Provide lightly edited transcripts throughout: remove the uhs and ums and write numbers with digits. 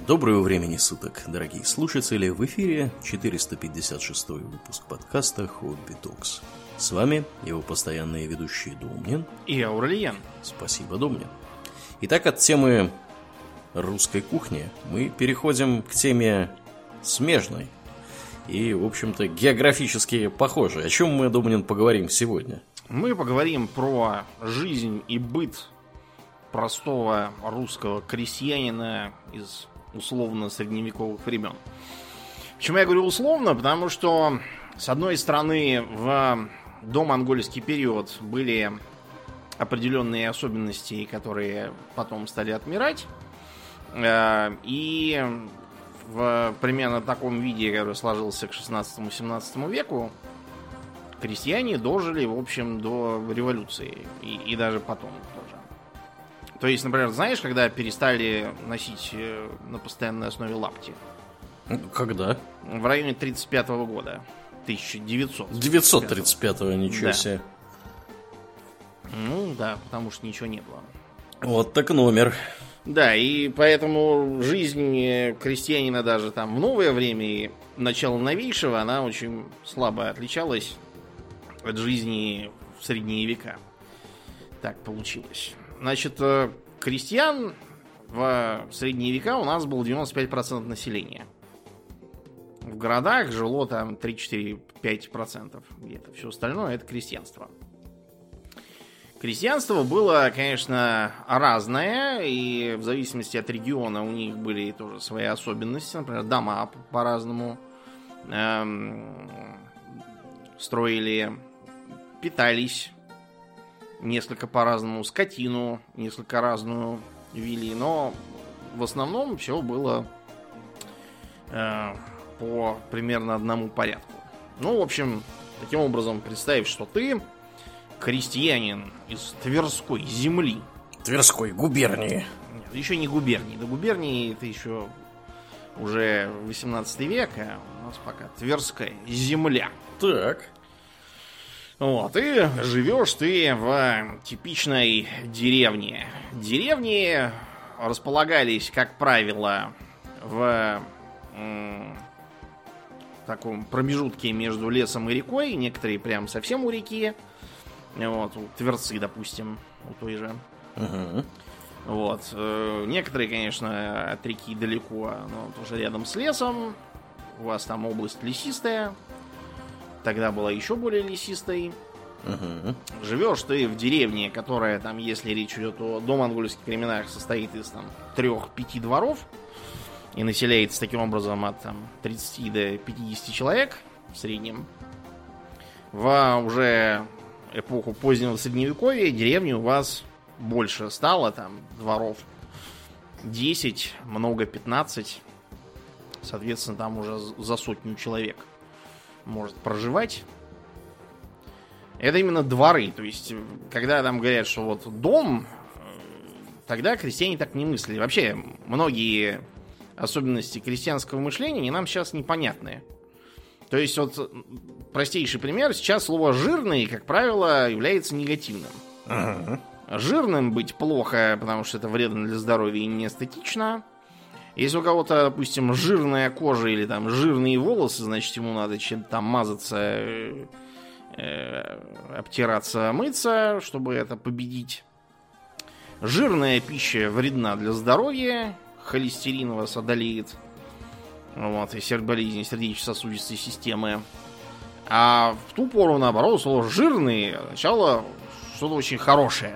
Доброго времени суток, дорогие слушатели! В эфире 456-й выпуск подкаста Хобби Токс. С вами его постоянные ведущие Домнин и Аурельян. Спасибо, Домнин. Итак, от темы русской кухни мы переходим к теме смежной и, в общем-то, географически похожей. О чем мы, Домнин, поговорим сегодня? Мы поговорим про жизнь и быт простого русского крестьянина из условно-средневековых времен. Почему я говорю условно? Потому что, с одной стороны, в домонгольский период были определенные особенности, которые потом стали отмирать. И в примерно таком виде, который сложился к 16-17 веку, крестьяне дожили, в общем, до революции. И даже потом тоже. То есть, например, знаешь, когда перестали носить на постоянной основе лапти? Когда? В районе 35-го года. 935-го, ничего себе. Ну да, потому что ничего не было. Вот так номер. Да, и поэтому жизнь крестьянина даже там в новое время и начало новейшего, она очень слабо отличалась от жизни в средние века. Так получилось. Значит, крестьян в средние века у нас было 95% населения. В городах жило там 3-4-5% где-то. Все остальное это крестьянство. Крестьянство было, конечно, разное, и в зависимости от региона у них были тоже свои особенности. Например, дома по-разному строили, питались несколько по-разному, скотину несколько разную вели, но в основном все было по примерно одному порядку. Ну, в общем, таким образом, представь, что ты крестьянин из Тверской земли. Тверской губернии. Нет, еще не губернии. До губернии это еще уже 18 век, а у нас пока Тверская земля. Так. Вот, и живешь ты в типичной деревне. Деревни располагались, как правило, в таком промежутке между лесом и рекой. Некоторые прям совсем у реки. Вот, у Тверцы, допустим, у той же. Угу. Вот. Некоторые, конечно, от реки далеко, но тоже рядом с лесом. У вас там область лесистая. Тогда была еще более лесистой. Угу. Живешь ты в деревне, которая там, если речь идет о домонгольских временах, состоит из там 3-5 дворов и населяется таким образом от там 30 до 50 человек в среднем. В уже эпоху позднего средневековья деревни у вас больше стало, там дворов 10, много 15. Соответственно, там уже за 100 человек может проживать. Это именно дворы. То есть, когда там говорят, что вот дом, тогда крестьяне так не мыслили. Вообще, многие особенности крестьянского мышления не нам сейчас непонятны. То есть, вот простейший пример. Сейчас слово «жирный», как правило, является негативным. Ага. Жирным быть плохо, потому что это вредно для здоровья и не эстетично. Если у кого-то, допустим, жирная кожа или там жирные волосы, значит, ему надо чем-то там мазаться, обтираться, мыться, чтобы это победить. Жирная пища вредна для здоровья, холестерин вас одолеет, вот, и болезни сердечно-сосудистой системы. А в ту пору, наоборот, слово «жирный» означало что-то очень хорошее.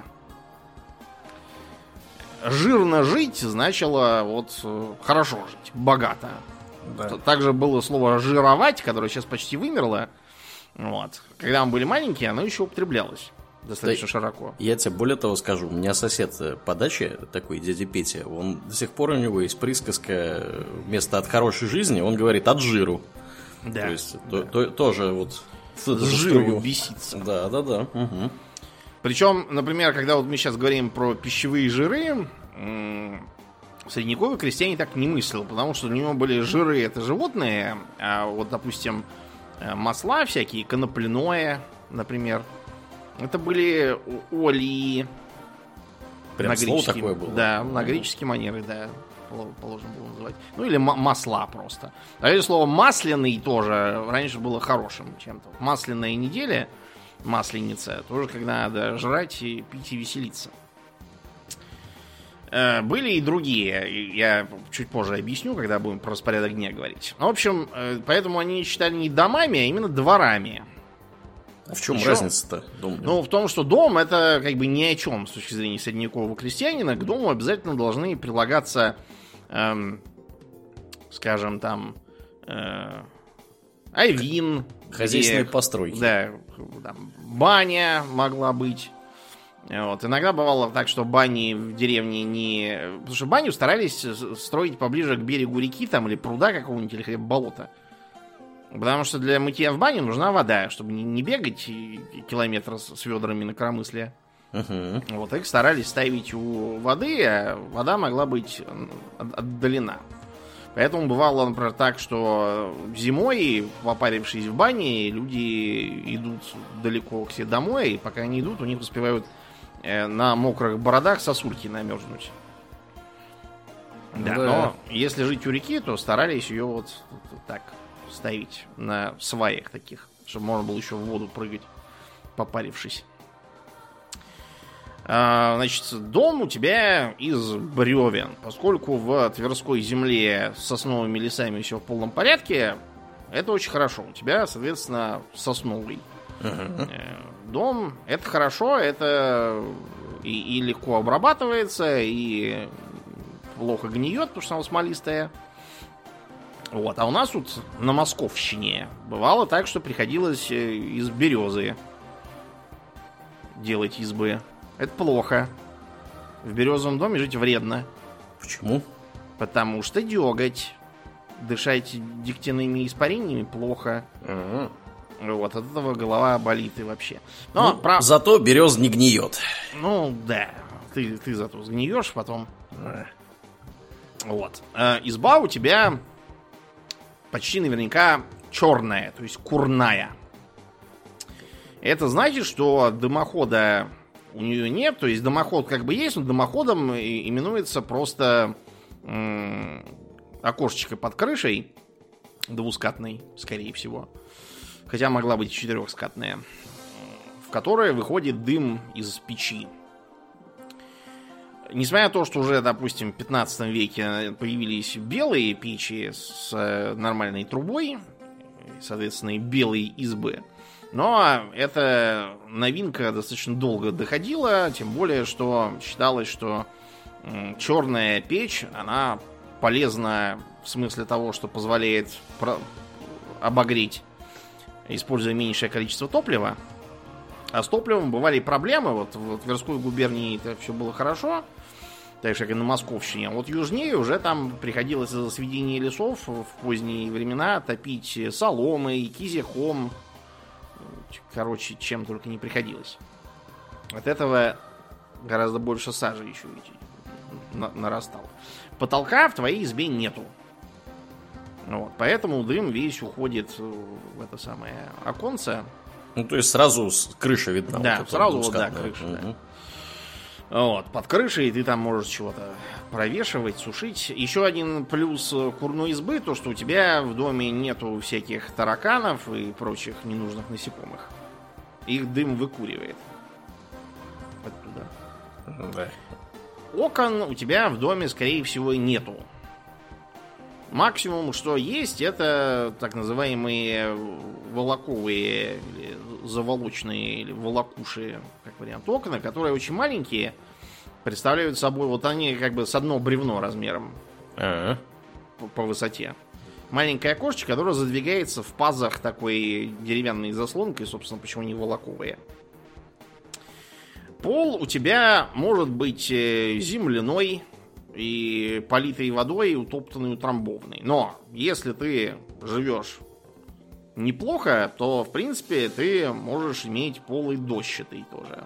Жирно жить значило вот хорошо жить, богато. Да. Также было слово «жировать», которое сейчас почти вымерло. Вот. Когда мы были маленькие, оно еще употреблялось достаточно широко. Я тебе более того скажу, у меня сосед по даче, такой дядя Петя, он до сих пор у него есть присказка вместо «от хорошей жизни», он говорит «от жиру». Да. То есть тоже вот с жиру беситься. Да. Угу. Причем, например, когда вот мы сейчас говорим про пищевые жиры, средневековый крестьянин так не мыслил, потому что для него были жиры это животные, а вот, допустим, масла всякие, конопляное, например, это были олии, Прям слово такое было? Да, на греческий манеры, да, положено было называть. Ну или масла просто. А это слово масляный тоже раньше было хорошим чем-то. Масляная неделя, масленица, тоже когда надо жрать, и пить и веселиться. Были и другие. Я чуть позже объясню, когда будем про распорядок дня говорить. В общем, поэтому они считали не домами, а именно дворами. А в чем разница-то? Дом? Ну, в том, что дом это как бы ни о чем с точки зрения средневекового крестьянина. К дому обязательно должны прилагаться, скажем, там, авин. Хозяйственные постройки. Да, там, баня могла быть. Вот. Иногда бывало так, что бани в деревне не... Потому что баню старались строить поближе к берегу реки там, или пруда какого-нибудь, или хотя бы болота. Потому что для мытья в бане нужна вода, чтобы не бегать километр с ведрами на коромысле. Вот их старались ставить у воды, а вода могла быть отдалена. Поэтому бывало, например, так, что зимой, попарившись в бане, люди идут далеко к себе домой, и пока они идут, у них успевают на мокрых бородах сосульки намерзнуть. Да, но если жить у реки, то старались ее вот так ставить на сваях таких, чтобы можно было еще в воду прыгать, попарившись. Значит, дом у тебя из бревен. Поскольку в Тверской земле с сосновыми лесами все в полном порядке, это очень хорошо. У тебя, соответственно, сосновый дом. Это хорошо, это и легко обрабатывается, и плохо гниет, потому что она смолистая. Вот. А у нас тут на Московщине бывало так, что приходилось из березы делать избы. Это плохо. В березовом доме жить вредно. Почему? Потому что деготь. Дышать дегтяными испарениями плохо. Вот, от этого голова болит и вообще. Но, зато берез не гниет. Ну, да. Ты зато сгниешь потом. Вот. Изба у тебя почти наверняка черная, то есть курная. Это значит, что дымохода у нее нет. То есть дымоход как бы есть, но дымоходом именуется просто окошечко под крышей, двускатной, скорее всего. Хотя могла быть четырехскатная, в которой выходит дым из печи. Несмотря на то, что уже, допустим, в 15 веке появились белые печи с нормальной трубой, соответственно, и белые избы, но эта новинка достаточно долго доходила, тем более, что считалось, что черная печь, она полезна в смысле того, что позволяет обогреть, используя меньшее количество топлива. А с топливом бывали проблемы. Вот в Тверской губернии это все было хорошо, так же, как и на Московщине. А вот южнее уже там приходилось из-за сведения лесов в поздние времена топить соломой, кизяком. Короче, чем только не приходилось. От этого гораздо больше сажи еще нарастало. Потолка в твоей избе нету. Вот, поэтому дым весь уходит в это самое оконце. Ну, то есть сразу крыша видна. Да, вот сразу вот, да, крыша. Да. Вот, под крышей ты там можешь чего-то провешивать, сушить. Еще один плюс курной избы, то, что у тебя в доме нету всяких тараканов и прочих ненужных насекомых. Их дым выкуривает оттуда. Да. Окон у тебя в доме, скорее всего, нету. Максимум, что есть, это так называемые волоковые или заволочные, или волокуши, как вариант, окна, которые очень маленькие, представляют собой, вот они как бы с одно бревно размером по высоте. Маленькое окошечко, которое задвигается в пазах такой деревянной заслонкой, собственно, почему они волоковые. Пол у тебя может быть земляной и политой водой, утоптанной, утрамбованной. Но если ты живешь неплохо, то, в принципе, ты можешь иметь пол и дощатый тоже.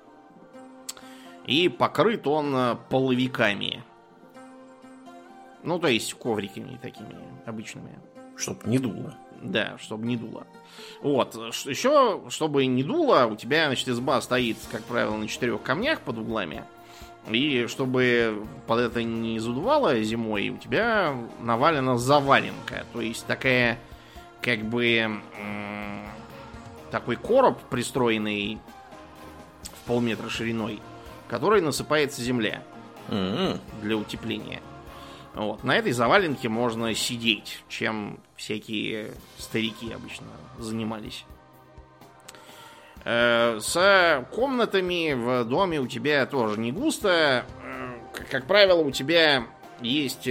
И покрыт он половиками. Ну, то есть ковриками такими обычными. Чтоб не дуло. Да, чтобы не дуло. Вот. Еще, чтобы не дуло, у тебя, значит, изба стоит, как правило, на 4 камнях под углами. И чтобы под это не задувало зимой, у тебя навалена заваленка. То есть такая, как бы, такой короб, пристроенный в полметра шириной, в который насыпается земля для утепления. Вот. На этой заваленке можно сидеть, чем всякие старики обычно занимались. С комнатами в доме у тебя тоже не густо. Как правило, у тебя есть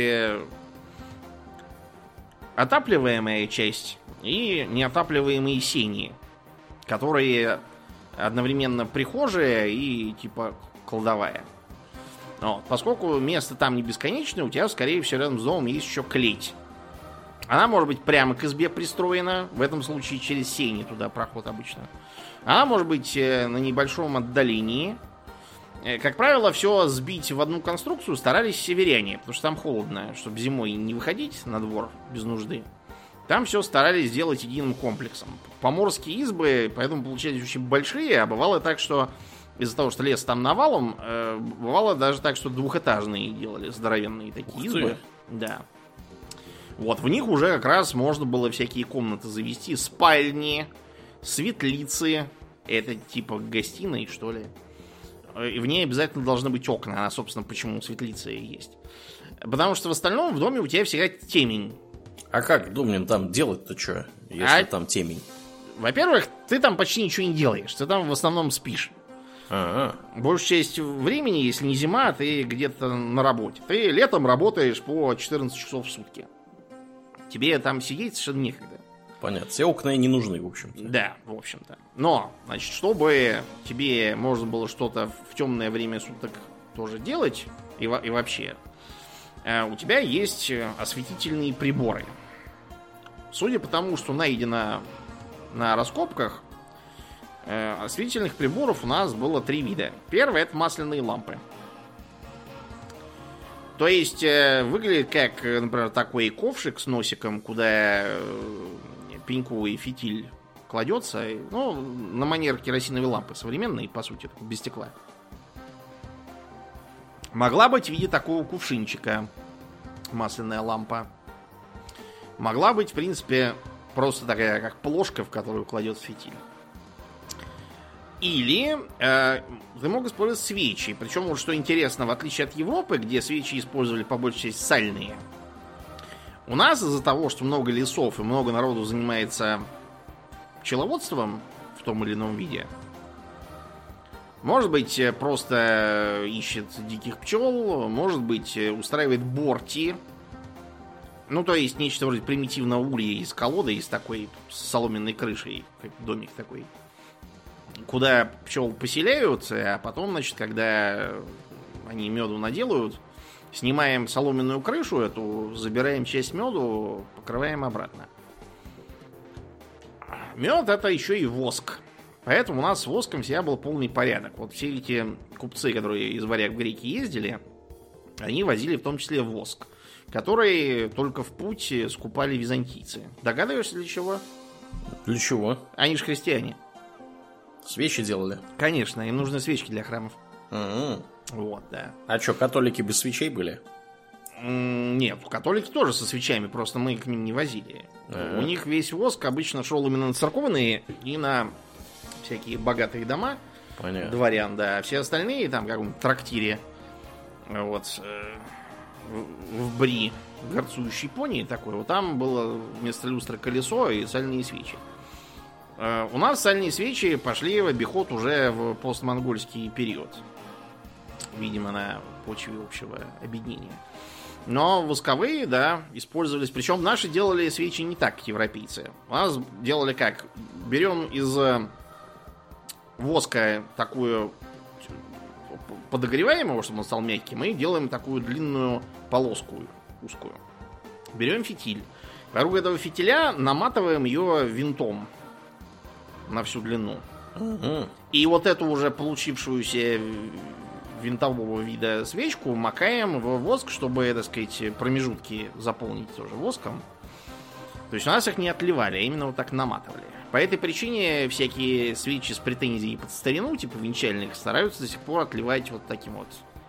отапливаемая часть и неотапливаемые сени, которые одновременно прихожая и типа кладовая. Вот. Поскольку место там не бесконечное, у тебя, скорее всего, рядом с домом есть еще клеть. Она может быть прямо к избе пристроена, в этом случае через сени туда проход обычно. Она может быть на небольшом отдалении. Как правило, все сбить в одну конструкцию старались северяне, потому что там холодно, чтобы зимой не выходить на двор без нужды. Там все старались сделать единым комплексом. Поморские избы, поэтому получались очень большие, а бывало так, что из-за того, что лес там навалом, бывало даже так, что двухэтажные делали, здоровенные такие избы. Да. Вот, в них уже как раз можно было всякие комнаты завести, спальни, светлицы, это типа гостиной, что ли. И в ней обязательно должны быть окна. Она, собственно, почему светлица и есть. Потому что в остальном в доме у тебя всегда темень. А как, Домнин, там делать-то что, если там темень? Во-первых, ты там почти ничего не делаешь. Ты там в основном спишь. Большую часть времени, если не зима, ты где-то на работе. Ты летом работаешь по 14 часов в сутки. Тебе там сидеть совершенно некогда. Понятно. Все окна и не нужны, в общем-то. Да, в общем-то. Но, значит, чтобы тебе можно было что-то в темное время суток тоже делать, и вообще, у тебя есть осветительные приборы. Судя по тому, что найдено на раскопках, осветительных приборов у нас было 3 вида. Первый — это масляные лампы. То есть выглядит как, например, такой ковшик с носиком, куда пеньковый фитиль кладется. Ну, на манер керосиновой лампы современной, по сути, без стекла. Могла быть в виде такого кувшинчика масляная лампа. Могла быть, в принципе, просто такая, как плошка, в которую кладет фитиль. Или ты мог использовать свечи. Причем, вот что интересно, в отличие от Европы, где свечи использовали по большей части сальные, у нас из-за того, что много лесов и много народу занимается пчеловодством в том или ином виде, может быть, просто ищет диких пчел, может быть, устраивает борти. Ну, то есть, нечто вроде примитивного улья из колоды, из такой с соломенной крышей, как домик такой, куда пчел поселяют, а потом, значит, когда они меду наделают, снимаем соломенную крышу эту, забираем часть меду, покрываем обратно. Мед — это еще и воск. Поэтому у нас с воском всегда был полный порядок. Вот все эти купцы, которые из Варяг в Греки ездили, они возили в том числе воск, который только в путь скупали византийцы. Догадываешься, для чего? Для чего? Они же христиане. Свечи делали? Конечно, им нужны свечки для храмов. Вот, да. А что, католики без свечей были? Нет, католики тоже со свечами, просто мы к ним не возили. У них весь воск обычно шел именно на церковные и на всякие богатые дома. Понятно. Дворян, да. Все остальные там, как в трактире, вот, в Бри, горцующей пони такой, вот там было вместо люстры колесо и сальные свечи. У нас сальные свечи пошли в обиход уже в постмонгольский период. Видимо, на почве общего объединения. Но восковые, да, использовались. Причем наши делали свечи не так, как европейцы. У нас делали как? Берем из воска такую подогреваем его, чтобы он стал мягким, и делаем такую длинную полоску узкую. Берем фитиль. Вокруг этого фитиля наматываем ее винтом на всю длину. И вот эту уже получившуюся винтового вида свечку макаем в воск, чтобы, так сказать, промежутки заполнить тоже воском. То есть у нас их не отливали, а именно вот так наматывали. По этой причине всякие свечи с претензией под старину, типа венчальных, стараются до сих пор отливать вот таким вот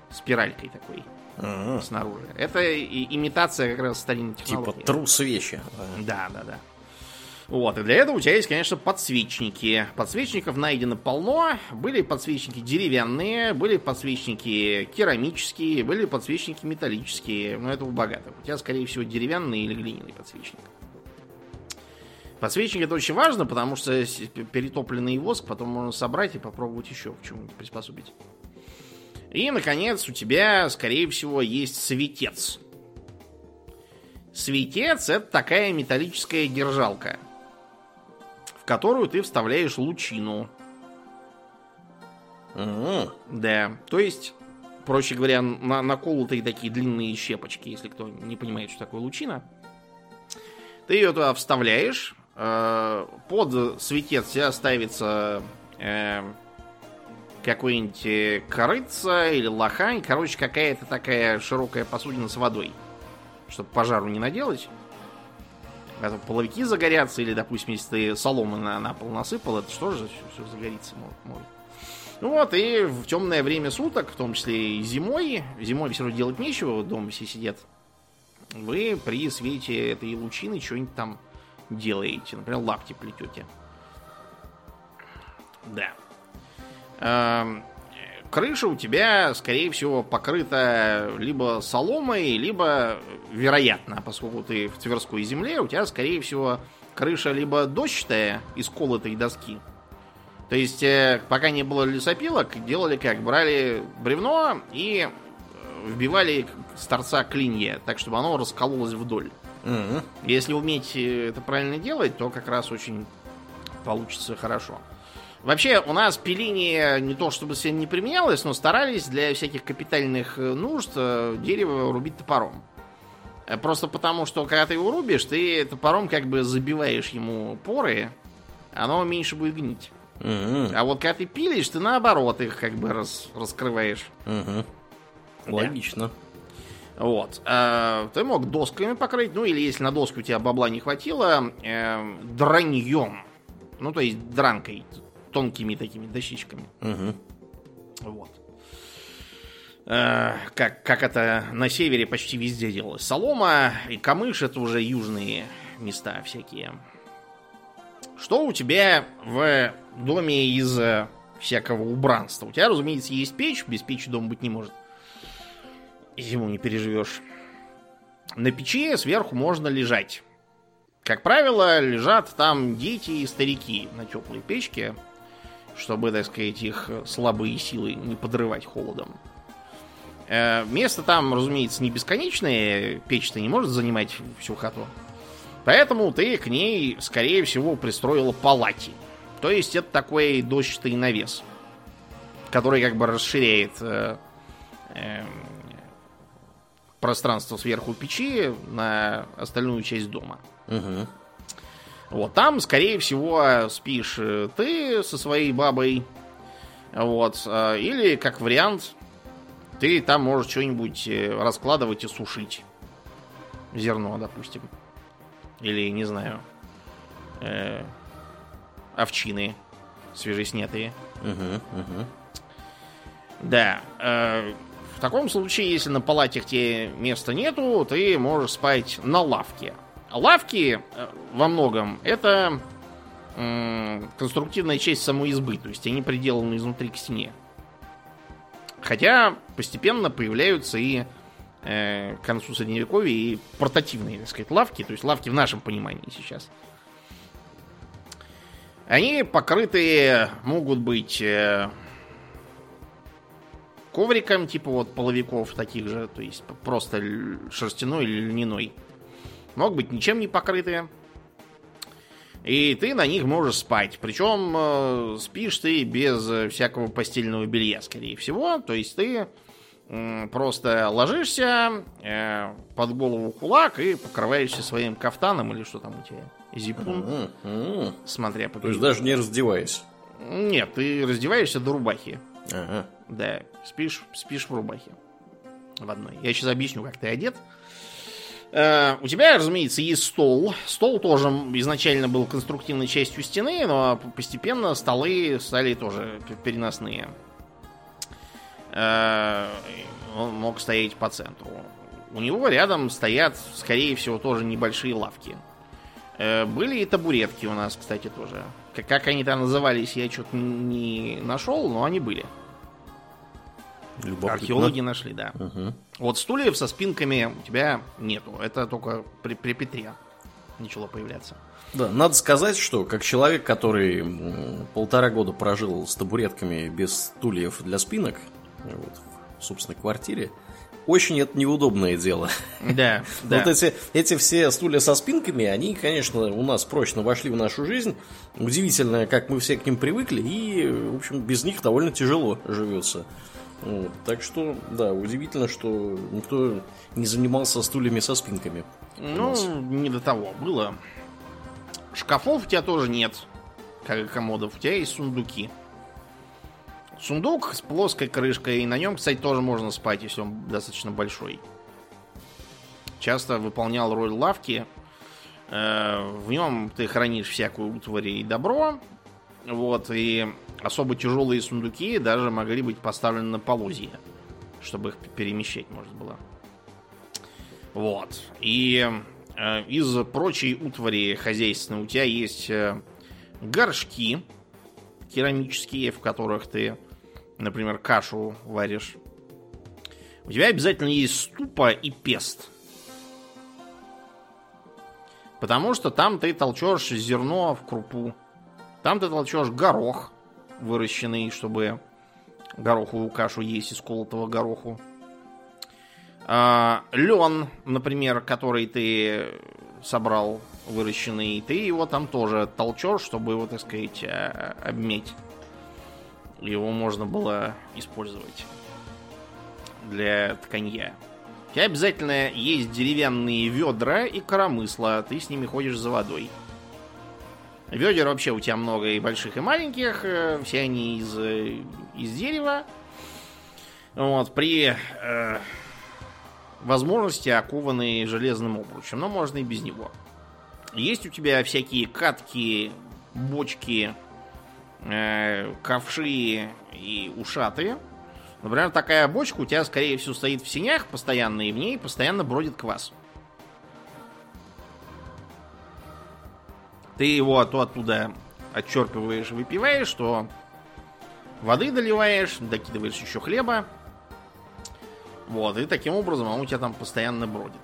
спиралькой такой снаружи. Это имитация как раз старинной технологии. Типа трус вещи. Да. Вот, и для этого у тебя есть, конечно, подсвечники. Подсвечников найдено полно. Были подсвечники деревянные, были подсвечники керамические, были подсвечники металлические. Но это у богатых. У тебя, скорее всего, деревянный или глиняный подсвечник. Подсвечник это очень важно, потому что перетопленный воск потом можно собрать и попробовать еще к чему-нибудь приспособить. И, наконец, у тебя, скорее всего, есть светец. Светец это такая металлическая держалка, в которую ты вставляешь лучину. Да, то есть, проще говоря, наколотые такие длинные щепочки, если кто не понимает, что такое лучина. Ты ее туда вставляешь, под светец тебя ставится какой-нибудь корыца или лохань, короче, какая-то такая широкая посудина с водой, чтобы пожару не наделать. А то половики загорятся, или, допустим, если ты соломы на пол насыпал, это что же все загорится может. Ну вот, и в темное время суток, в том числе и зимой все равно делать нечего, вот дома все сидят, вы при свете этой лучины что-нибудь там делаете. Например, лапти плетете. Да. Крыша у тебя, скорее всего, покрыта либо соломой, либо, вероятно, поскольку ты в Тверской земле, у тебя, скорее всего, крыша либо дощатая из колотой доски. То есть, пока не было лесопилок, делали как? Брали бревно и вбивали с торца клинья, так, чтобы оно раскололось вдоль. Если уметь это правильно делать, то как раз очень получится хорошо. Вообще, у нас пиление не то чтобы сильно не применялось, но старались для всяких капитальных нужд дерево рубить топором. Просто потому, что когда ты его рубишь, ты топором как бы забиваешь ему поры, оно меньше будет гнить. А вот когда ты пилишь, ты наоборот их как бы раскрываешь. Да. Логично. Вот. Ты мог досками покрыть, ну или если на доску у тебя бабла не хватило, драньем. Ну, то есть дранкой. Тонкими такими дощечками. Вот. Как это на севере почти везде делалось. Солома и камыш — это уже южные места всякие. Что у тебя в доме из всякого убранства? У тебя, разумеется, есть печь. Без печи дом быть не может. Зиму не переживешь. На печи сверху можно лежать. Как правило, лежат там дети и старики на теплой печке, чтобы, так сказать, их слабые силы не подрывать холодом. Место там, разумеется, не бесконечное. Печь-то не может занимать всю хату. Поэтому ты к ней, скорее всего, пристроила палати. То есть это такой дощатый навес, который как бы расширяет пространство сверху печи на остальную часть дома. Вот там, скорее всего, спишь ты со своей бабой. Вот. Или, как вариант, ты там можешь что-нибудь раскладывать и сушить. Зерно, допустим. Или, не знаю, овчины свежеснятые. Да. В таком случае, если на палатях тебе места нету, ты можешь спать на лавке. Лавки во многом это конструктивная часть самой избы, то есть они приделаны изнутри к стене. Хотя постепенно появляются и к концу Средневековья и портативные, так сказать, лавки, то есть лавки в нашем понимании сейчас. Они покрыты могут быть ковриком, типа вот половиков таких же, то есть просто шерстяной или льняной. Могут быть ничем не покрытые. И ты на них можешь спать. Причем спишь ты без всякого постельного белья, скорее всего. То есть ты просто ложишься под голову кулак и покрываешься своим кафтаном или что там у тебя, зипун, смотря по. То есть даже не раздеваясь? Нет, ты раздеваешься до рубахи. Да, спишь в рубахе. В одной. Я сейчас объясню, как ты одет. У тебя, разумеется, есть стол. Стол тоже изначально был конструктивной частью стены, но постепенно столы стали тоже переносные. он мог стоять по центру. У него рядом стоят, скорее всего, тоже небольшие лавки. Были и табуретки у нас, кстати, тоже. Как они там назывались, я что-то не нашел, но они были. Любопытно. Археологи нашли, да. Угу. Вот стульев со спинками у тебя нету. Это только при Петре начало появляться. Да, надо сказать, что как человек, который 1,5 года прожил с табуретками без стульев для спинок, вот, в собственной квартире, очень это неудобное дело. Да, да. Вот эти все стулья со спинками, они, конечно, у нас прочно вошли в нашу жизнь. Удивительно, как мы все к ним привыкли, и, в общем, без них довольно тяжело живется. Вот. Так что, да, удивительно, что никто не занимался стульями со спинками. Ну, не до того было. Шкафов у тебя тоже нет, как и комодов. У тебя есть сундуки. Сундук с плоской крышкой, и на нем, кстати, тоже можно спать, если он достаточно большой. Часто выполнял роль лавки. В нем ты хранишь всякую утварь и добро. Вот, и особо тяжелые сундуки даже могли быть поставлены на полозья, чтобы их перемещать можно было. Вот. И из прочей утвари хозяйственной у тебя есть горшки керамические, в которых ты, например, кашу варишь. У тебя обязательно есть ступа и пест. Потому что там ты толчешь зерно в крупу. Там ты толчешь горох выращенный, чтобы гороховую кашу есть из колотого гороху. Лен, например, который ты собрал выращенный, ты его там тоже толчешь, чтобы его, так сказать, обмять. Его можно было использовать для тканья. У тебя обязательно есть деревянные ведра и коромысла. Ты с ними ходишь за водой. Ведер вообще у тебя много и больших, и маленьких. Все они из дерева. Вот, при возможности окованы железным обручем. Но можно и без него. Есть у тебя всякие катки, бочки, ковши и ушаты. Например, такая бочка у тебя, скорее всего, стоит в сенях постоянно, и в ней постоянно бродит квас. Ты его то оттуда отчерпываешь, выпиваешь, то воды доливаешь, докидываешь еще хлеба. Вот, и таким образом он у тебя там постоянно бродит.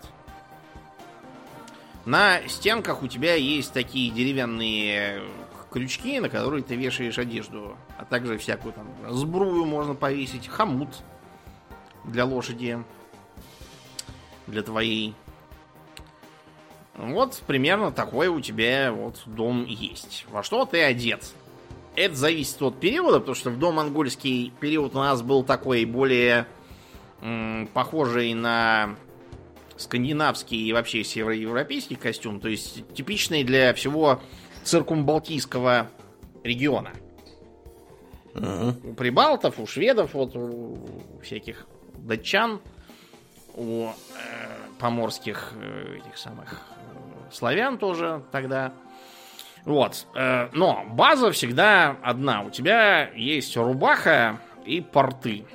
На стенках у тебя есть такие деревянные крючки, на которые ты вешаешь одежду. А также всякую там сбрую можно повесить, хомут для лошади, для твоей. Вот примерно такой у тебя вот дом есть. Во что ты одет? Это зависит от периода, потому что в домонгольский период у нас был такой более похожий на скандинавский и вообще североевропейский костюм, то есть типичный для всего циркумбалтийского региона. У прибалтов, у шведов, вот, у всяких датчан, у поморских этих самых славян тоже тогда. Вот. Но база всегда одна. У тебя есть рубаха и порты.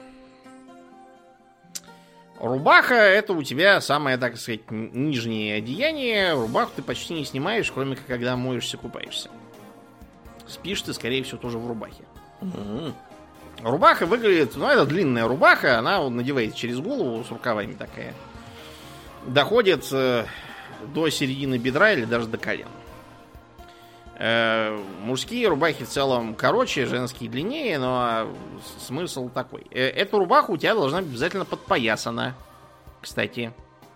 Рубаха — это у тебя самое, так сказать, нижнее одеяние. Рубаху ты почти не снимаешь, кроме как когда моешься, купаешься. Спишь ты, скорее всего, тоже в рубахе. Рубаха выглядит... Ну, это длинная рубаха. Она вот надевается через голову с рукавами такая. Доходит до середины бедра или даже до колен. Мужские рубахи в целом короче, женские длиннее, но смысл такой. Эта рубаха у тебя должна быть обязательно подпоясана. Кстати.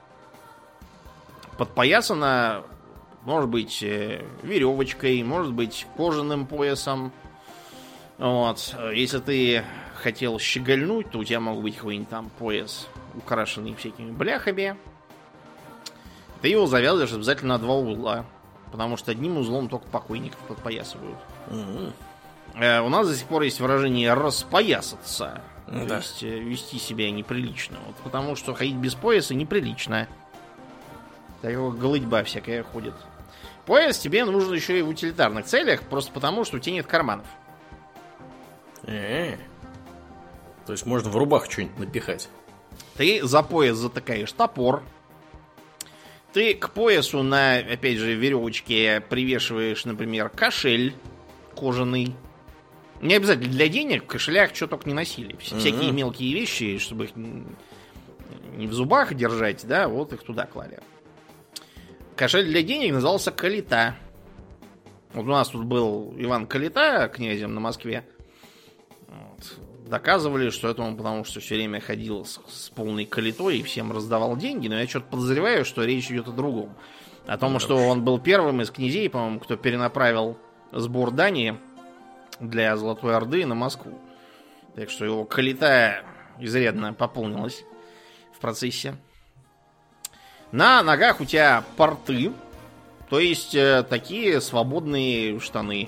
Подпоясана может быть веревочкой, может быть кожаным поясом. Вот. Если ты хотел щегольнуть, то у тебя мог быть какой-нибудь там пояс, украшенный всякими бляхами. Ты его завязываешь обязательно на 2 узла. Потому что одним узлом только покойников подпоясывают. У нас до сих пор есть выражение «распоясаться». То есть вести себя неприлично. Вот, потому что ходить без пояса неприлично. Такая голытьба всякая ходит. Пояс тебе нужен еще и в утилитарных целях, просто потому что у тебя нет карманов. То есть можно в рубаху что-нибудь напихать. Ты за пояс затыкаешь топор. Ты к поясу на, опять же, веревочке привешиваешь, например, кошель кожаный. Не обязательно для денег, в кошелях что только не носили. Всякие мелкие вещи, чтобы их не в зубах держать, да, вот их туда клали. Кошель для денег назывался Калита. Вот у нас тут был Иван Калита князем на Москве. Вот. Доказывали, что это он потому что все время ходил с полной калитой и всем раздавал деньги, но я что-то подозреваю, что речь идет о другом. О том, что он был первым из князей, по-моему, кто перенаправил сбор дани для Золотой Орды на Москву. Так что его калита изрядно пополнилась в процессе. На ногах у тебя порты, то есть такие свободные штаны.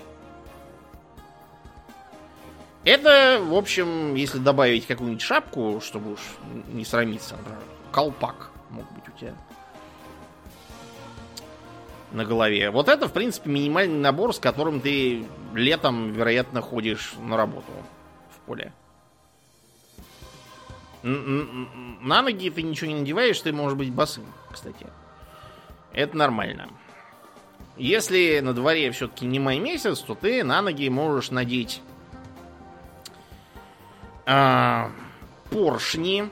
Это, в общем, если добавить какую-нибудь шапку, чтобы уж не срамиться, например, колпак мог быть у тебя на голове. Вот это, в принципе, минимальный набор, с которым ты летом, вероятно, ходишь на работу в поле. На ноги ты ничего не надеваешь, ты можешь быть босым, кстати. Это нормально. Если на дворе все-таки не май месяц, то ты на ноги можешь надеть поршни.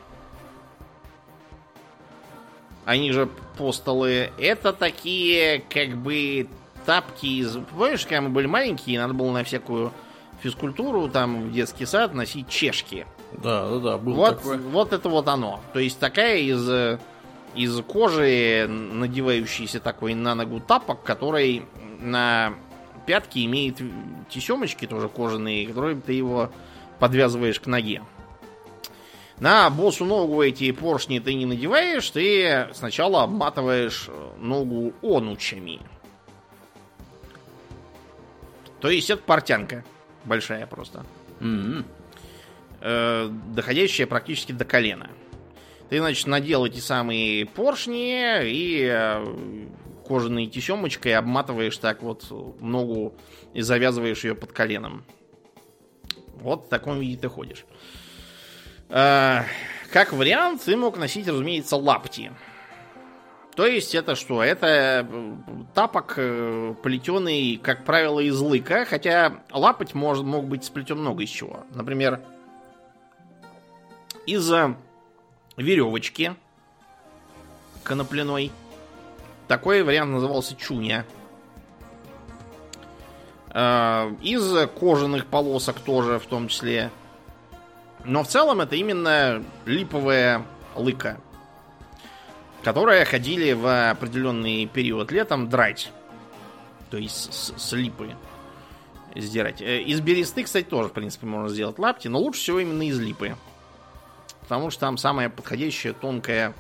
Они же постолы. Это такие, как бы, тапки из... Помнишь, когда мы были маленькие, надо было на всякую физкультуру, там, в детский сад носить чешки. Да, было вот, такое. Вот это вот оно. То есть такая из кожи, надевающийся такой на ногу тапок, который на пятке имеет тесемочки тоже кожаные, которые ты его подвязываешь к ноге. На босу ногу эти поршни ты не надеваешь, ты сначала обматываешь ногу онучами. То есть это портянка большая просто. Доходящая практически до колена. Ты, значит, надел эти самые поршни и кожаной тесемочкой обматываешь так вот ногу и завязываешь ее под коленом. Вот в таком виде ты ходишь. Как вариант, ты мог носить, разумеется, лапти. То есть это что? Это тапок плетеный, как правило, из лыка. Хотя лапоть мог быть сплетен много из чего. Например, из веревочки конопляной. Такой вариант назывался чуня. Из кожаных полосок тоже в том числе. Но в целом это именно липовая лыка, которые ходили в определенный период летом драть. То есть с липы сдирать. Из бересты, кстати, тоже, в принципе, можно сделать лапти, но лучше всего именно из липы. Потому что там самая подходящая тонкая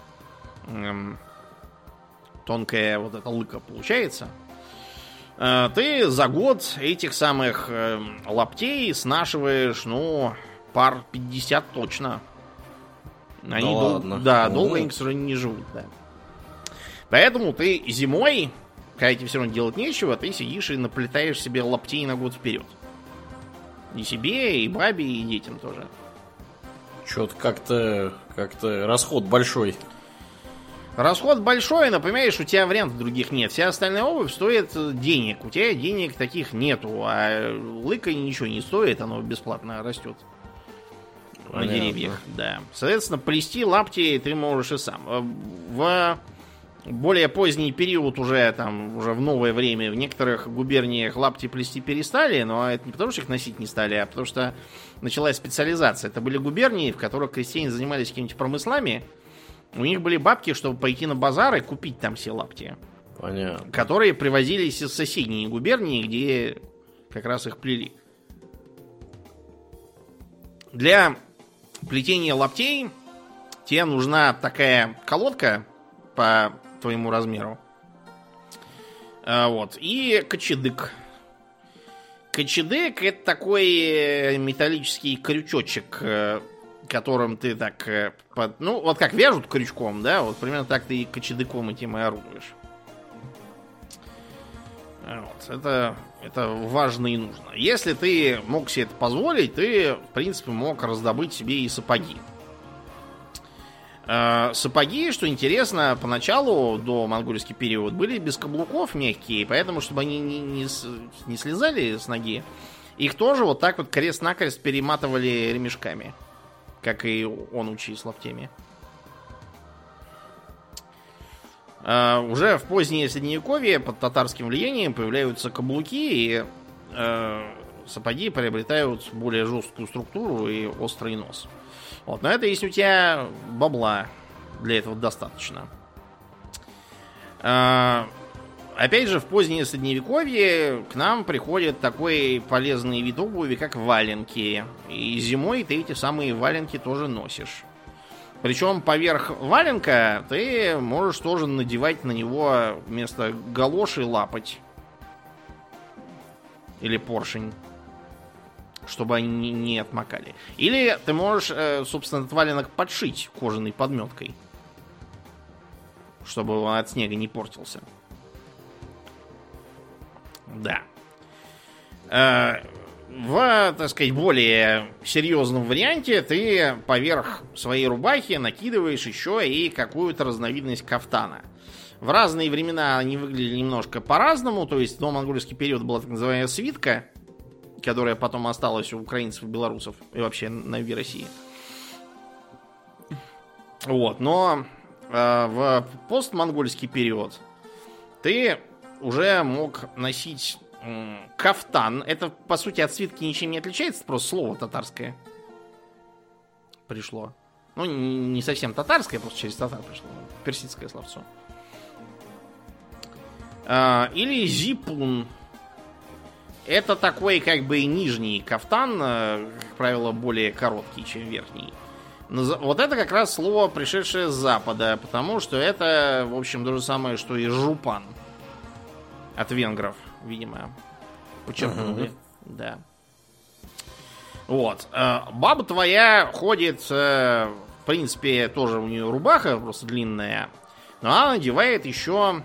вот эта лыка получается. Ты за год этих самых лаптей снашиваешь, ну, пар 50 точно. Они долго они, к сожалению, не живут, да. Поэтому ты зимой, когда тебе все равно делать нечего, ты сидишь и наплетаешь себе лаптей на год вперед. И себе, и бабе, и детям тоже. Что-то как-то расход большой. Расход большой, но, понимаешь, у тебя вариантов других нет. Вся остальная обувь стоит денег. У тебя денег таких нету. А лыка ничего не стоит, оно бесплатно растет. Понятно. На деревьях. Да. Соответственно, плести лапти ты можешь и сам. В более поздний период уже в новое время в некоторых губерниях лапти плести перестали, но это не потому, что их носить не стали, а потому что началась специализация. Это были губернии, в которых крестьяне занимались какими-нибудь промыслами. У них были бабки, чтобы пойти на базар и купить там все лапти. Понятно. Которые привозились из соседней губернии, где как раз их плели. Для плетения лаптей тебе нужна такая колодка по твоему размеру. Вот. И кочедык. Кочедык — это такой металлический крючочек, которым ты так... Ну, вот как вяжут крючком, да? Вот примерно так ты и кочедыком этим и орудуешь. Вот. Это важно и нужно. Если ты мог себе это позволить, ты, в принципе, мог раздобыть себе и сапоги. Сапоги, что интересно, поначалу, до монгольский период, были без каблуков мягкие, поэтому, чтобы они не слезали с ноги, их тоже вот так вот крест-накрест перематывали ремешками, как и он учи с лаптями. Уже в позднее средневековье под татарским влиянием появляются каблуки, и сапоги приобретают более жесткую структуру и острый нос. Вот, но это если у тебя бабла для этого достаточно. Опять же, в позднее средневековье к нам приходит такой полезный вид обуви, как валенки. И зимой ты эти самые валенки тоже носишь. Причем поверх валенка ты можешь тоже надевать на него вместо галоши лапоть. Или поршень. Чтобы они не отмокали. Или ты можешь, собственно, этот валенок подшить кожаной подметкой. Чтобы он от снега не портился. Да. В, так сказать, более серьезном варианте ты поверх своей рубахи накидываешь еще и какую-то разновидность кафтана. В разные времена они выглядели немножко по-разному. То есть до монгольский период была так называемая свитка, которая потом осталась у украинцев и белорусов, и вообще на юге России. Вот, но в постмонгольский период ты уже мог носить кафтан. Это, по сути, от свитки ничем не отличается, просто слово татарское пришло. Ну, не совсем татарское, просто через татар пришло. Персидское словцо. Или зипун. Это такой, как бы, нижний кафтан, как правило, более короткий, чем верхний. Вот это как раз слово, пришедшее с запада, потому что это, в общем, то же самое, что и жупан. От венгров, видимо, подчеркнули. Да. Вот. Баба твоя ходит, в принципе, тоже у нее рубаха просто длинная, но она надевает еще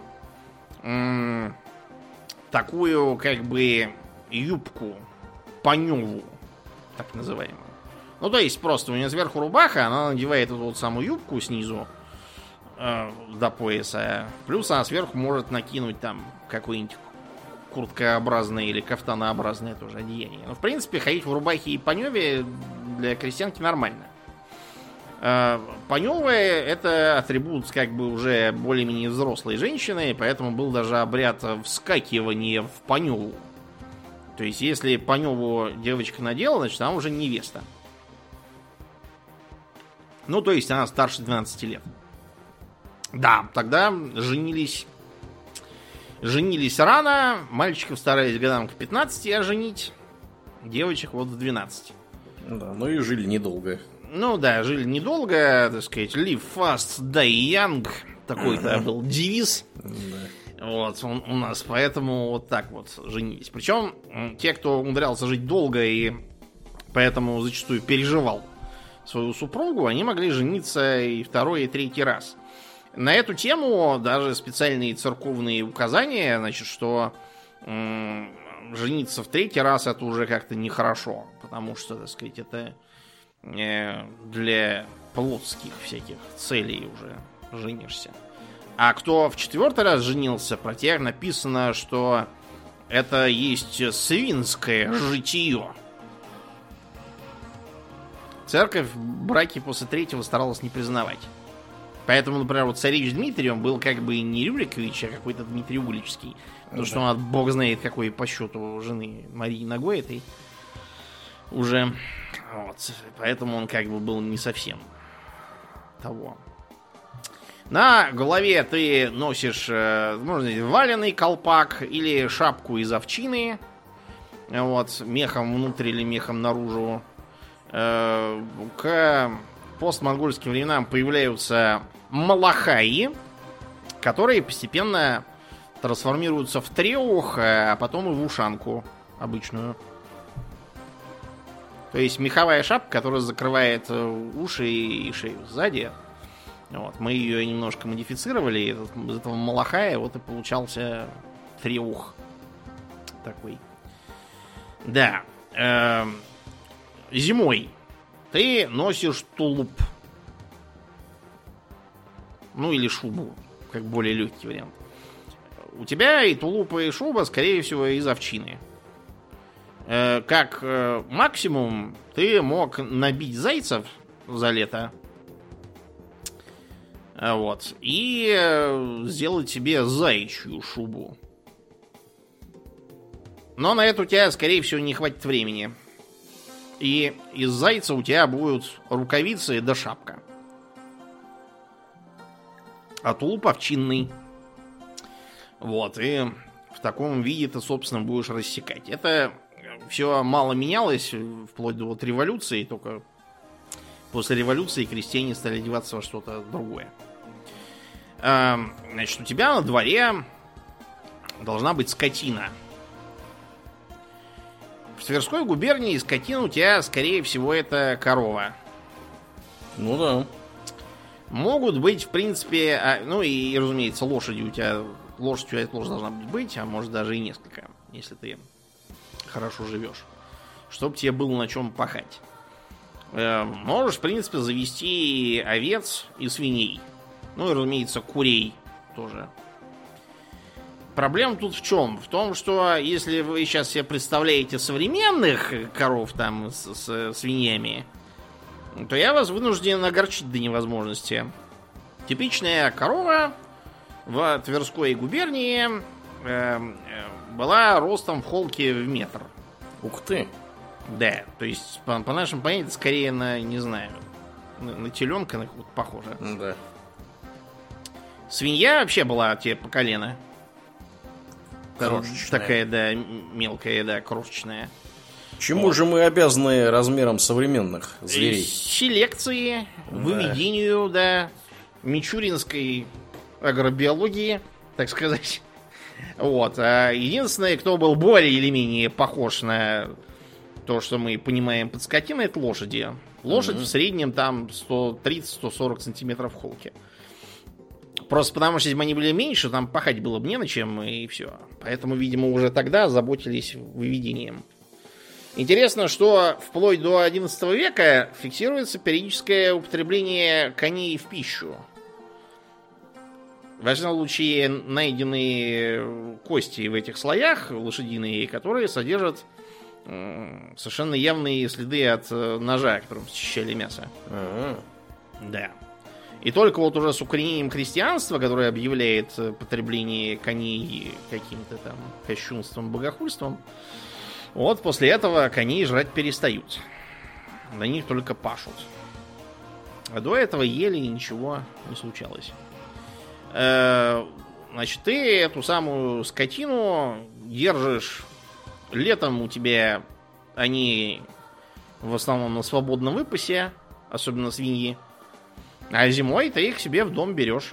такую, как бы, юбку, паневу, так называемую. Ну, то есть, просто у нее сверху рубаха, она надевает эту вот самую юбку снизу до пояса. Плюс она сверху может накинуть там какое-нибудь курткообразное или кафтанообразное тоже одеяние. Но, в принципе, ходить в рубахе и паневе для крестьянки нормально. Паневая — это атрибут, как бы, уже более-менее взрослой женщины, поэтому был даже обряд вскакивания в паневу. То есть, если паневу девочка надела, значит, она уже невеста. Ну, то есть, она старше 12 лет. Да, тогда женились рано, мальчиков старались годам к 15 оженить, девочек вот в 12. Да, ну и жили недолго. Ну да, жили недолго, так сказать, live fast, die young, такой-то был девиз. Да. Вот, у нас, поэтому вот так вот женились. Причем те, кто умудрялся жить долго и поэтому зачастую переживал свою супругу, они могли жениться и второй, и третий раз. На эту тему даже специальные церковные указания, значит, что жениться в третий раз это уже как-то нехорошо, потому что, так сказать, это для плотских всяких целей уже женишься. А кто в четвертый раз женился, про тех написано, что это есть свинское житие. Церковь браки после третьего старалась не признавать. Поэтому, например, вот царевич Дмитрий, он был как бы не Рюрикович, а какой-то Дмитрий Угличский. Потому что он, бог знает, какой по счету жены Марии Ногой этой уже. Вот. Поэтому он как бы был не совсем того. На голове ты носишь, можно сказать, валеный колпак или шапку из овчины. Вот, мехом внутрь или мехом наружу. К постмонгольским временам появляются малахаи, которые постепенно трансформируются в треух, а потом и в ушанку обычную. То есть меховая шапка, которая закрывает уши и шею сзади. Вот, мы ее немножко модифицировали. Из этого малахая вот и получался треух такой. Да. Зимой ты носишь тулуп. Ну или шубу, как более легкий вариант. У тебя и тулупа, и шуба, скорее всего, из овчины. Как максимум, ты мог набить зайцев за лето. Вот. И сделать себе заячью шубу. Но на это у тебя, скорее всего, не хватит времени. И из зайца у тебя будут рукавицы да шапка. А тулуп овчинный. Вот, и в таком виде ты, собственно, будешь рассекать. Это все мало менялось, вплоть до вот революции, только после революции крестьяне стали одеваться во что-то другое. Значит, у тебя на дворе должна быть скотина. В Тверской губернии скотина у тебя, скорее всего, это корова. Ну да. Могут быть, в принципе, ну и, разумеется, лошади у тебя... Лошадь у тебя тоже должна быть, а может даже и несколько, если ты хорошо живешь. Чтобы тебе было на чем пахать. Можешь, в принципе, завести овец и свиней. Ну и, разумеется, курей тоже. Проблема тут в чем? В том, что если вы сейчас себе представляете современных коров там с свиньями, то я вас вынужден огорчить до невозможности. Типичная корова в Тверской губернии была ростом в холке в метр. Ух ты! Да, то есть, по нашим понятиям, скорее на, не знаю, на теленка похоже. Да. Свинья вообще была тебе по колено. Крошечная. Такая, да, мелкая, да, крошечная. Чему Вот. же мы обязаны размером современных зверей? Селекции, Да. выведению, да, мичуринской агробиологии, так сказать. Вот. А единственное, кто был более или менее похож на то, что мы понимаем под скотиной, это лошади. Лошадь в среднем там 130-140 сантиметров в холке. Просто потому, что если бы они были меньше, там пахать было бы не на чем, и все. Поэтому, видимо, уже тогда заботились выведением. Интересно, что вплоть до XI века фиксируется периодическое употребление коней в пищу. В всяком случае, найдены кости в этих слоях лошадиные, которые содержат совершенно явные следы от ножа, которым счищали мясо. Да. И только вот уже с укоренением крестьянства, которое объявляет потребление коней каким-то там кощунством, богохульством, вот после этого коней жрать перестают. На них только пашут. А до этого ели и ничего не случалось. Значит, ты эту самую скотину держишь. Летом у тебя они в основном на свободном выпасе, особенно свиньи. А зимой ты их себе в дом берешь.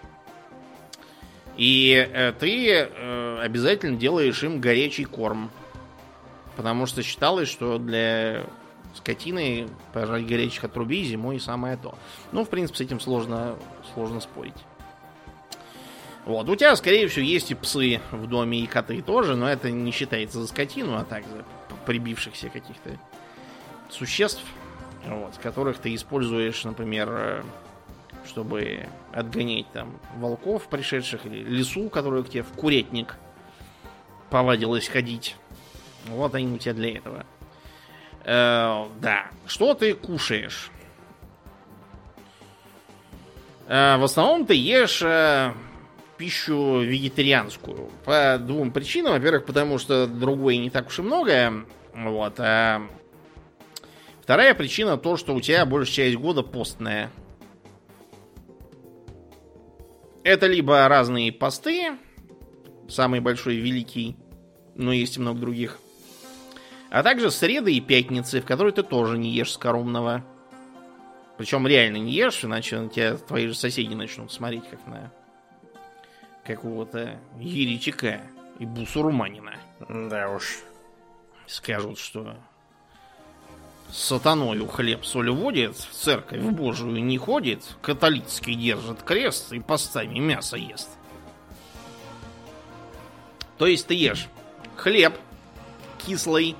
И ты обязательно делаешь им горячий корм. Потому что считалось, что для скотины пожрать горячих отрубей зимой самое то. Ну, в принципе, с этим сложно спорить. Вот. У тебя, скорее всего, есть и псы в доме, и коты тоже, но это не считается за скотину, а так за прибившихся каких-то существ, вот, которых ты используешь, например, чтобы отгонять там волков, пришедших, или лису, которую к тебе в курятник повадилось ходить. Вот они у тебя для этого. Да. Что ты кушаешь? В основном ты ешь пищу вегетарианскую. По двум причинам. Во-первых, потому что другой не так уж и много. Вот. А вторая причина то, что у тебя большая часть года постная. Это либо разные посты, самый большой великий, но есть и много других. А также среды и пятницы, в которые ты тоже не ешь скоромного. Причем реально не ешь, иначе на тебя твои же соседи начнут смотреть, как на какого-то еретика и бусурманина. Да уж. Скажут, что с сатаною хлеб соль водит, в церковь Божию не ходит, католицкий держит крест и постами мясо ест. То есть ты ешь хлеб кислый,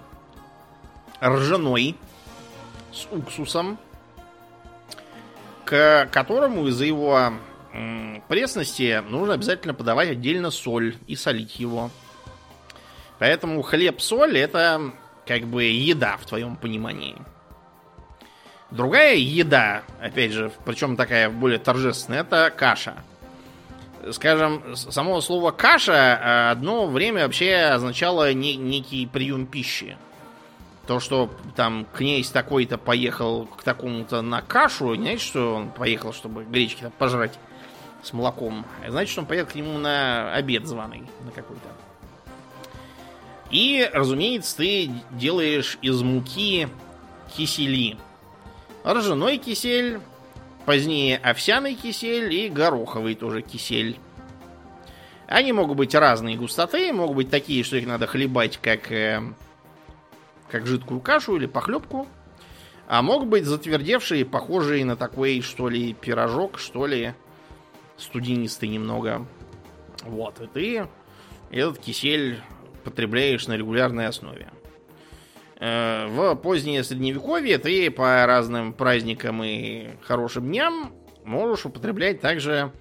ржаной, с уксусом, к которому из-за его пресности нужно обязательно подавать отдельно соль и солить его. Поэтому хлеб-соль — это как бы еда в твоем понимании. Другая еда, опять же, причем такая более торжественная, это каша. Скажем, само слово каша одно время вообще означало некий прием пищи. То, что там князь такой-то поехал к такому-то на кашу, не значит, что он поехал, чтобы гречки пожрать с молоком. Значит, что он поехал к нему на обед званый, на какой-то. И, разумеется, ты делаешь из муки кисели. Ржаной кисель, позднее овсяный кисель и гороховый тоже кисель. Они могут быть разной густоты, могут быть такие, что их надо хлебать как жидкую кашу или похлебку. А могут быть затвердевшие, похожие на такой, что ли, пирожок, что ли, студенистый немного. Вот, и ты этот кисель потребляешь на регулярной основе. В позднее средневековье ты по разным праздникам и хорошим дням можешь употреблять также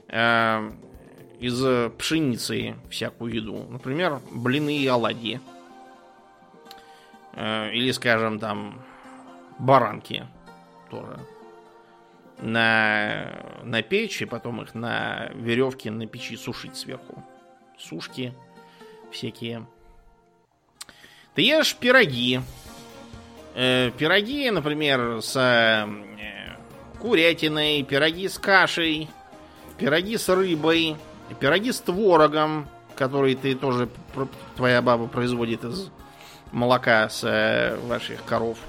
из пшеницы всякую еду. Например, блины и оладьи. Или, скажем, там баранки тоже. На печь, и потом их на веревке на печи сушить сверху. Сушки всякие. Ты ешь пироги. Пироги, например, с курятиной, пироги с кашей, пироги с рыбой, пироги с творогом, который ты тоже, твоя баба производит из молока с ваших коров.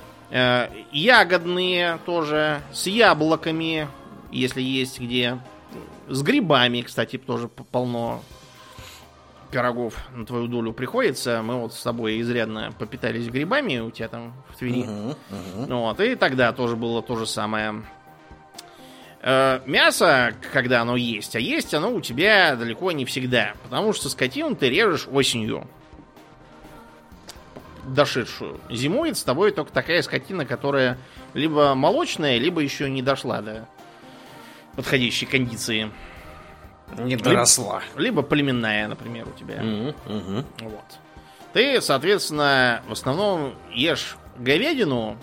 Ягодные тоже, с яблоками, если есть где. С грибами, кстати, тоже полно пирогов на твою долю приходится. Мы вот с тобой изрядно попитались грибами у тебя там в Твери. Вот, и тогда тоже было то же самое. Мясо, когда оно есть, а есть оно у тебя далеко не всегда. Потому что скотину ты режешь осенью. Дошедшую. Зимой с тобой только такая скотина, которая либо молочная, либо еще не дошла до подходящей кондиции. Не доросла. Либо племенная, например, у тебя. Вот. Ты, соответственно, в основном ешь говядину.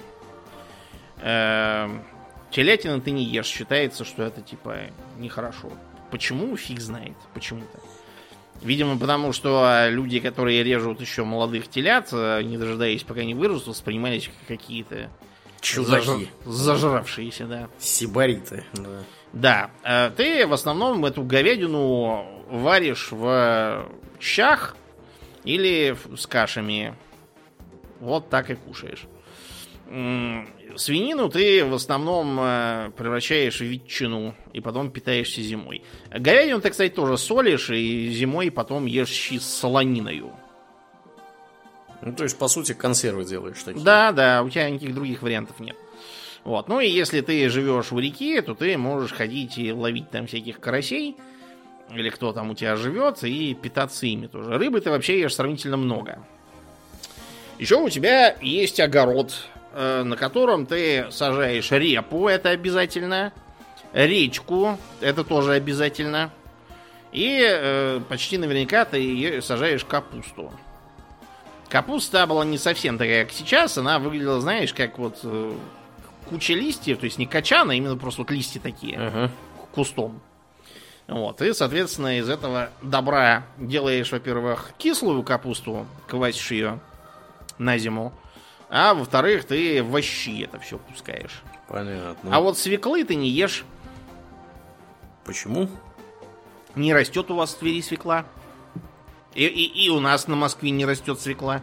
Телятину ты не ешь. Считается, что это типа нехорошо. Почему? Фиг знает. Почему-то. Видимо, потому что люди, которые режут еще молодых телят, не дожидаясь, пока они вырастут, воспринимались как какие-то чудаки. Зажравшиеся, да. Сибариты. Да. Ты в основном эту говядину варишь в щах или с кашами. Вот так и кушаешь. Свинину ты в основном превращаешь в ветчину и потом питаешься зимой. Говядину ты, кстати, тоже солишь и зимой потом ешь щи с солониною. Ну, то есть, по сути, консервы делаешь такие. Да, у тебя никаких других вариантов нет. Вот. Ну и если ты живешь в реке, то ты можешь ходить и ловить там всяких карасей, или кто там у тебя живет, и питаться ими тоже. Рыбы ты вообще ешь сравнительно много. Еще у тебя есть огород, на котором ты сажаешь репу, это обязательно, речку, это тоже обязательно, и почти наверняка ты сажаешь капусту. Капуста была не совсем такая, как сейчас, она выглядела, знаешь, как вот куча листьев, то есть не качан, а именно просто вот листья такие, кустом. Вот, и, соответственно, из этого добра делаешь, во-первых, кислую капусту, квасишь ее на зиму, а во-вторых, ты в щи это все пускаешь. Понятно. А вот свеклы ты не ешь. Почему? Не растет у вас в Твери свекла. И у нас на Москве не растет свекла.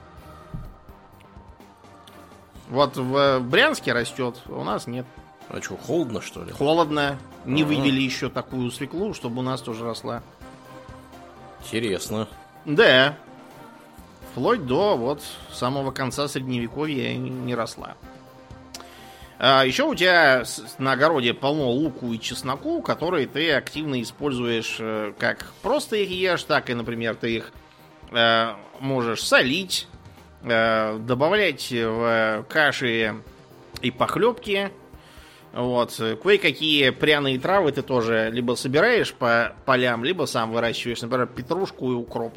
Вот в Брянске растет, а у нас нет. А что, холодно, что ли? Холодно. Не вывели еще такую свеклу, чтобы у нас тоже росла. Интересно. Да. Вплоть до вот самого конца средневековья не росла. Еще у тебя на огороде полно луку и чесноку, которые ты активно используешь как просто их ешь, так и, например, ты их можешь солить, добавлять в каши и похлебки. Вот. Кое-какие пряные травы ты тоже либо собираешь по полям, либо сам выращиваешь. Например, петрушку и укроп.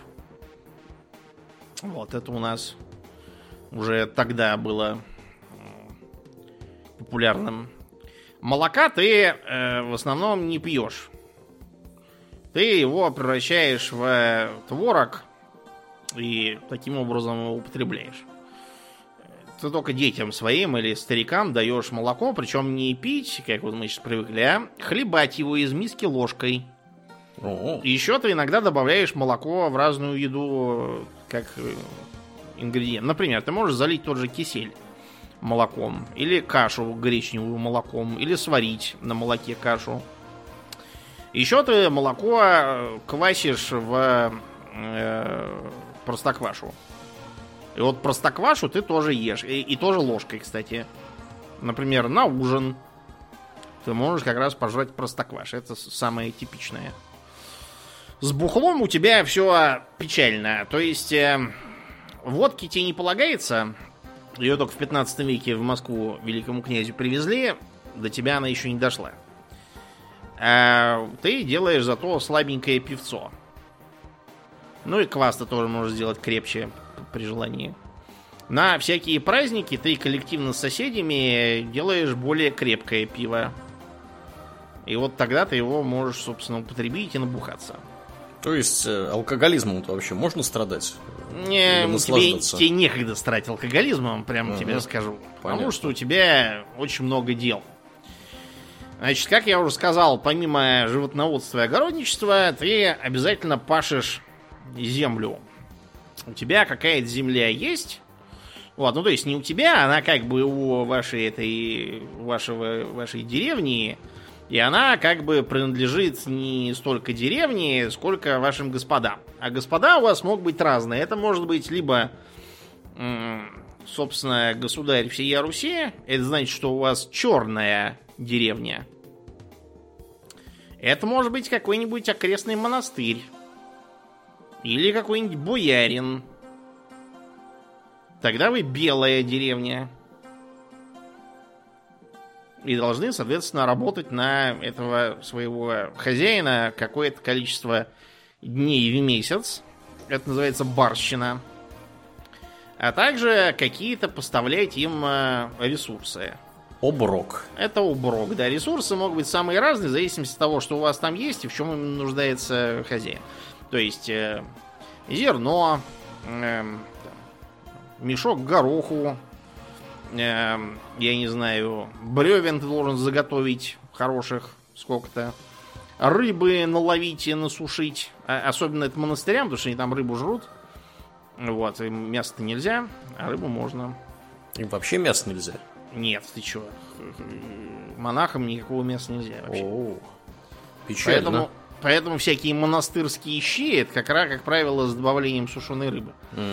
Вот, это у нас уже тогда было популярным. Молока ты в основном не пьешь. Ты его превращаешь в творог и таким образом его употребляешь. Ты только детям своим или старикам даешь молоко, причем не пить, как вот мы сейчас привыкли, а хлебать его из миски ложкой. Еще ты иногда добавляешь молоко в разную еду, как ингредиент. Например, ты можешь залить тот же кисель молоком, или кашу гречневую молоком, или сварить на молоке кашу. Еще ты молоко квасишь в простоквашу. И вот простоквашу ты тоже ешь. И тоже ложкой, кстати. Например, на ужин ты можешь как раз пожрать простокваш. Это самое типичное. С бухлом у тебя все печально. То есть водки тебе не полагается. Ее только в 15 веке в Москву великому князю привезли. До тебя она еще не дошла. А ты делаешь зато слабенькое пивцо. Ну и квас ты тоже можешь сделать крепче при желании. На всякие праздники ты коллективно с соседями делаешь более крепкое пиво. И вот тогда ты его можешь, собственно, употребить и набухаться. То есть алкоголизмом-то вообще можно страдать? Тебе некогда страдать алкоголизмом, прямо тебе скажу. Понятно. Потому что у тебя очень много дел. Значит, как я уже сказал, помимо животноводства и огородничества, ты обязательно пашешь землю. У тебя какая-то земля есть. Вот, ну то есть не у тебя, она как бы у вашей деревни. И она как бы принадлежит не столько деревне, сколько вашим господам. А господа у вас могут быть разные. Это может быть либо, собственно, государь всея Руси. Это значит, что у вас черная деревня. Это может быть какой-нибудь окрестный монастырь. Или какой-нибудь боярин. Тогда вы белая деревня. И должны, соответственно, работать на этого своего хозяина какое-то количество дней в месяц. Это называется барщина. А также какие-то поставлять им ресурсы. Оброк. Это оброк, да. Ресурсы могут быть самые разные, в зависимости от того, что у вас там есть и в чем именно нуждается хозяин. То есть зерно, мешок гороху, я не знаю, бревен ты должен заготовить хороших сколько-то, рыбы наловить и насушить. Особенно это монастырям, потому что они там рыбу жрут. Вот, и мясо-то нельзя, а рыбу можно. И вообще мясо нельзя? Нет, ты чё? Монахам никакого мяса нельзя вообще. О, печально. Поэтому всякие монастырские щи, это как правило, с добавлением сушеной рыбы.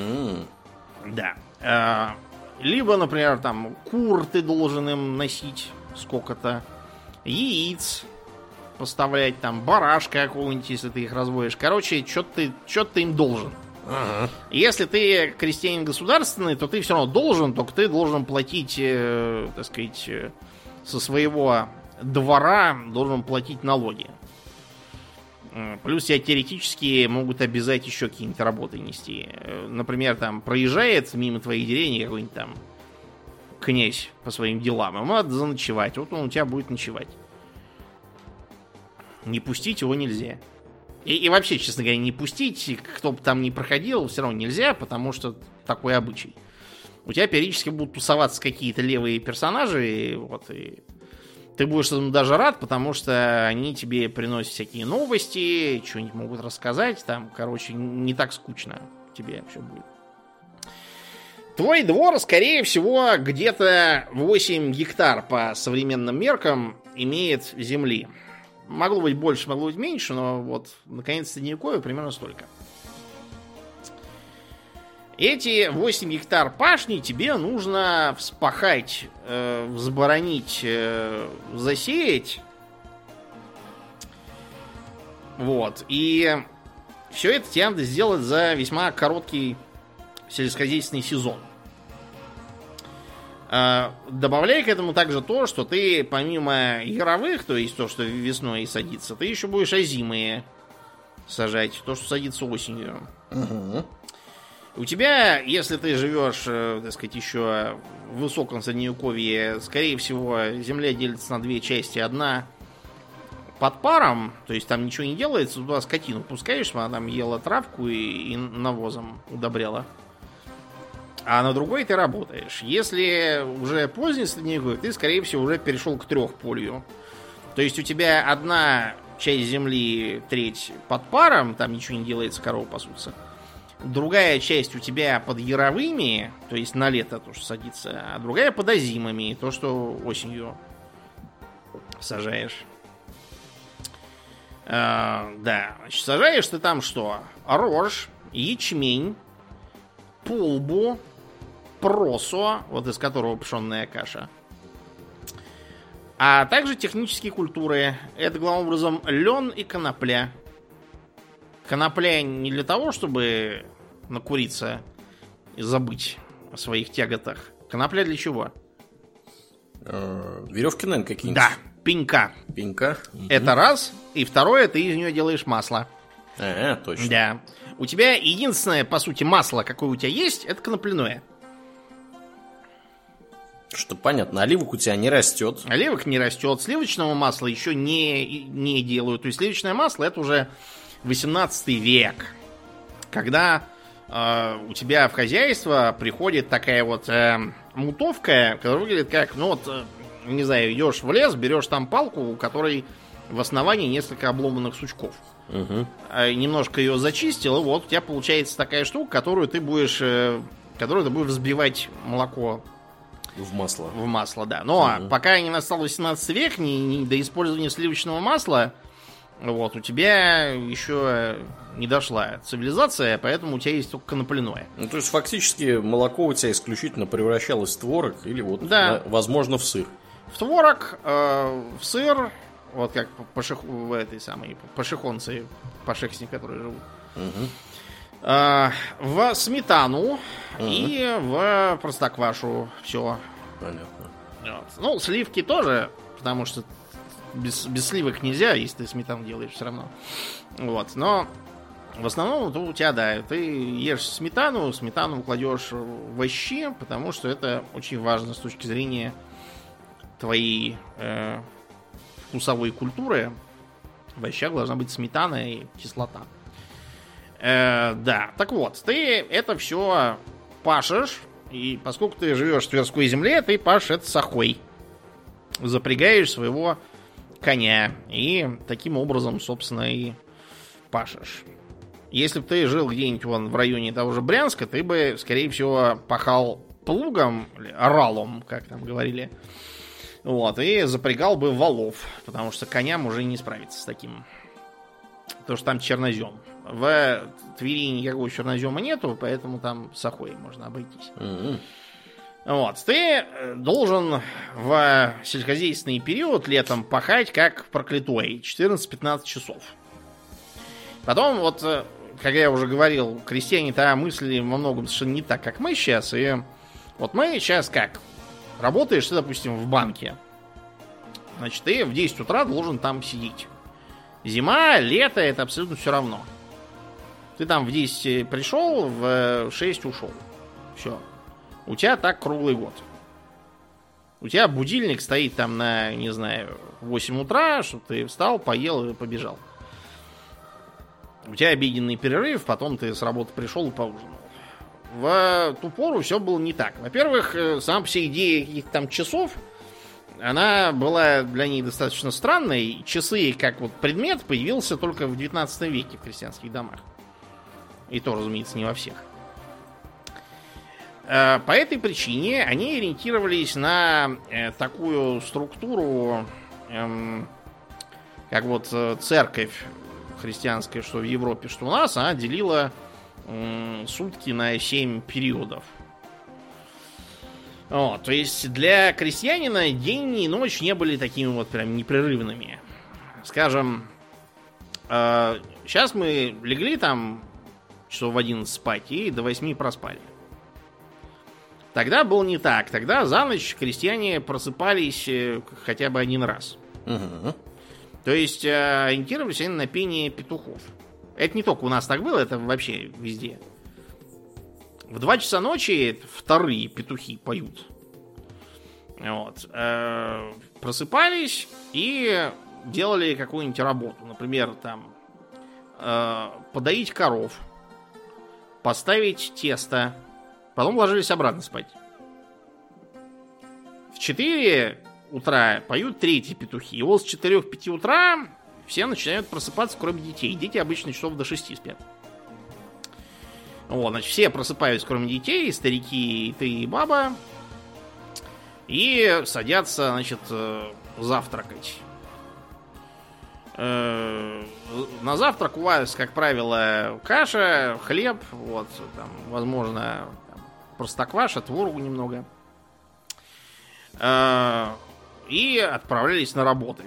Да. Либо, например, там кур ты должен им носить сколько-то, яиц поставлять, там барашка какого-нибудь, если ты их разводишь. Короче, что-то ты им должен. Ага. Если ты крестьянин государственный, то ты все равно должен, только ты должен платить, так сказать, со своего двора должен платить налоги. Плюс тебя теоретически могут обязать еще какие-нибудь работы нести. Например, там проезжает мимо твоей деревни какой-нибудь там князь по своим делам. Ему надо заночевать. Вот он у тебя будет ночевать. Не пустить его нельзя. И вообще, честно говоря, не пустить, кто бы там ни проходил, все равно нельзя, потому что такой обычай. У тебя периодически будут тусоваться какие-то левые персонажи, и вот, и ты будешь этому даже рад, потому что они тебе приносят всякие новости, что-нибудь могут рассказать, там, короче, не так скучно тебе все будет. Твой двор, скорее всего, где-то 8 гектар по современным меркам имеет земли. Могло быть больше, могло быть меньше, но вот на конец средневековья примерно столько. Эти 8 гектар пашни тебе нужно вспахать, взборонить, засеять. Вот. И все это тебе надо сделать за весьма короткий сельскохозяйственный сезон. Добавляй к этому также то, что ты помимо яровых, то есть то, что весной садится, ты еще будешь озимые сажать, то, что садится осенью. Угу. У тебя, если ты живешь, так сказать, еще в высоком средневековье, скорее всего, земля делится на две части. Одна под паром, то есть там ничего не делается, туда скотину пускаешь, она там ела травку и навозом удобряла. А на другой ты работаешь. Если уже поздний средневековье, ты, скорее всего, уже перешел к трехполью. То есть у тебя одна часть земли, треть под паром, там ничего не делается, коровы пасутся. Другая часть у тебя под яровыми, то есть на лето то, что садится, а другая под озимами, то, что осенью сажаешь. Да, значит, сажаешь ты там что? Рожь, ячмень, пулбу, просо, вот из которого пшенная каша. А также технические культуры. Это, главным образом, лен и конопля. Конопля не для того, чтобы накуриться и забыть о своих тяготах. Конопля для чего? Веревки, наверное, какие-нибудь. Да, пенька. Пенька. Это раз. И второе, ты из нее делаешь масло. Точно. Да. У тебя единственное, по сути, масло, какое у тебя есть, это конопляное. Что понятно, оливок у тебя не растет. Оливок не растет. Сливочного масла еще не делают. То есть сливочное масло это уже 18 век. Когда у тебя в хозяйство приходит такая вот мутовка, которая выглядит как, не знаю, идешь в лес, берешь там палку, у которой в основании несколько обломанных сучков. Угу. Немножко ее зачистил, и вот у тебя получается такая штука, которую ты будешь взбивать молоко в масло. В масло, да. Но пока не настал 18 век, не до использования сливочного масла, вот, у тебя еще не дошла цивилизация, поэтому у тебя есть только конопляное. Ну, то есть, фактически, молоко у тебя исключительно превращалось в творог или вот, да. Возможно, в сыр. В творог, в сыр, вот как в этой самой пашихонцы, пашехсни, которые живут. Угу. В сметану и в простоквашу. Все. Понятно. Вот. Ну, сливки тоже, потому что без сливок нельзя, если ты сметану делаешь все равно. Вот. Но в основном у тебя, да, ты ешь сметану кладешь в щи, потому что это очень важно с точки зрения твоей вкусовой культуры. В щах должна быть сметана и кислота. Да, так вот, ты это все пашешь, и поскольку ты живешь в Тверской земле, ты пашешь это с охой. Запрягаешь своего коня, и таким образом, собственно, и пашешь. Если бы ты жил где-нибудь в районе того же Брянска, ты бы, скорее всего, пахал плугом, оралом, как там говорили, вот, и запрягал бы валов, потому что коням уже не справиться с таким. Потому что там чернозем. В Твери никакого чернозема нету, поэтому там с охой можно обойтись. Mm-hmm. Вот. Ты должен в сельскохозяйственный период летом пахать как проклятой. 14-15 часов. Потом, вот, как я уже говорил, крестьяне-то мыслили во многом совершенно не так, как мы сейчас. И вот мы сейчас как? Работаешь ты, допустим, в банке. Значит, ты в 10 утра должен там сидеть. Зима, лето, это абсолютно все равно. Ты там в 10 пришел, в 6 ушел. Все. У тебя так круглый год. У тебя будильник стоит там на, не знаю, 8 утра, чтобы ты встал, поел и побежал. У тебя обеденный перерыв, потом ты с работы пришел и поужинал. В ту пору все было не так. Во-первых, сама по себе идея каких-то там часов, она была для ней достаточно странной. Часы, как вот предмет, появился только в 19 веке в крестьянских домах. И то, разумеется, не во всех. По этой причине они ориентировались на такую структуру, как вот церковь христианская, что в Европе, что у нас, она делила сутки на 7 периодов. Вот, то есть для крестьянина день и ночь не были такими вот прям непрерывными. Скажем, сейчас мы легли там часов в 11 спать и до 8 проспали. Тогда было не так. Тогда за ночь крестьяне просыпались хотя бы один раз. Угу. То есть ориентировались они на пение петухов. Это не только у нас так было, это вообще везде. В 2 часа ночи вторые петухи поют. Вот. Просыпались и делали какую-нибудь работу. Например, там подоить коров, поставить тесто, потом ложились обратно спать. В 4 утра поют третьи петухи. И вот с 4-5 утра все начинают просыпаться, кроме детей. Дети обычно часов до 6 спят. Вот, значит, все просыпаются, кроме детей, старики, и ты, и баба. И садятся, значит, завтракать. На завтрак у вас, как правило, каша, хлеб, вот, там, возможно, там, простокваша, творогу немного. И отправлялись на работы.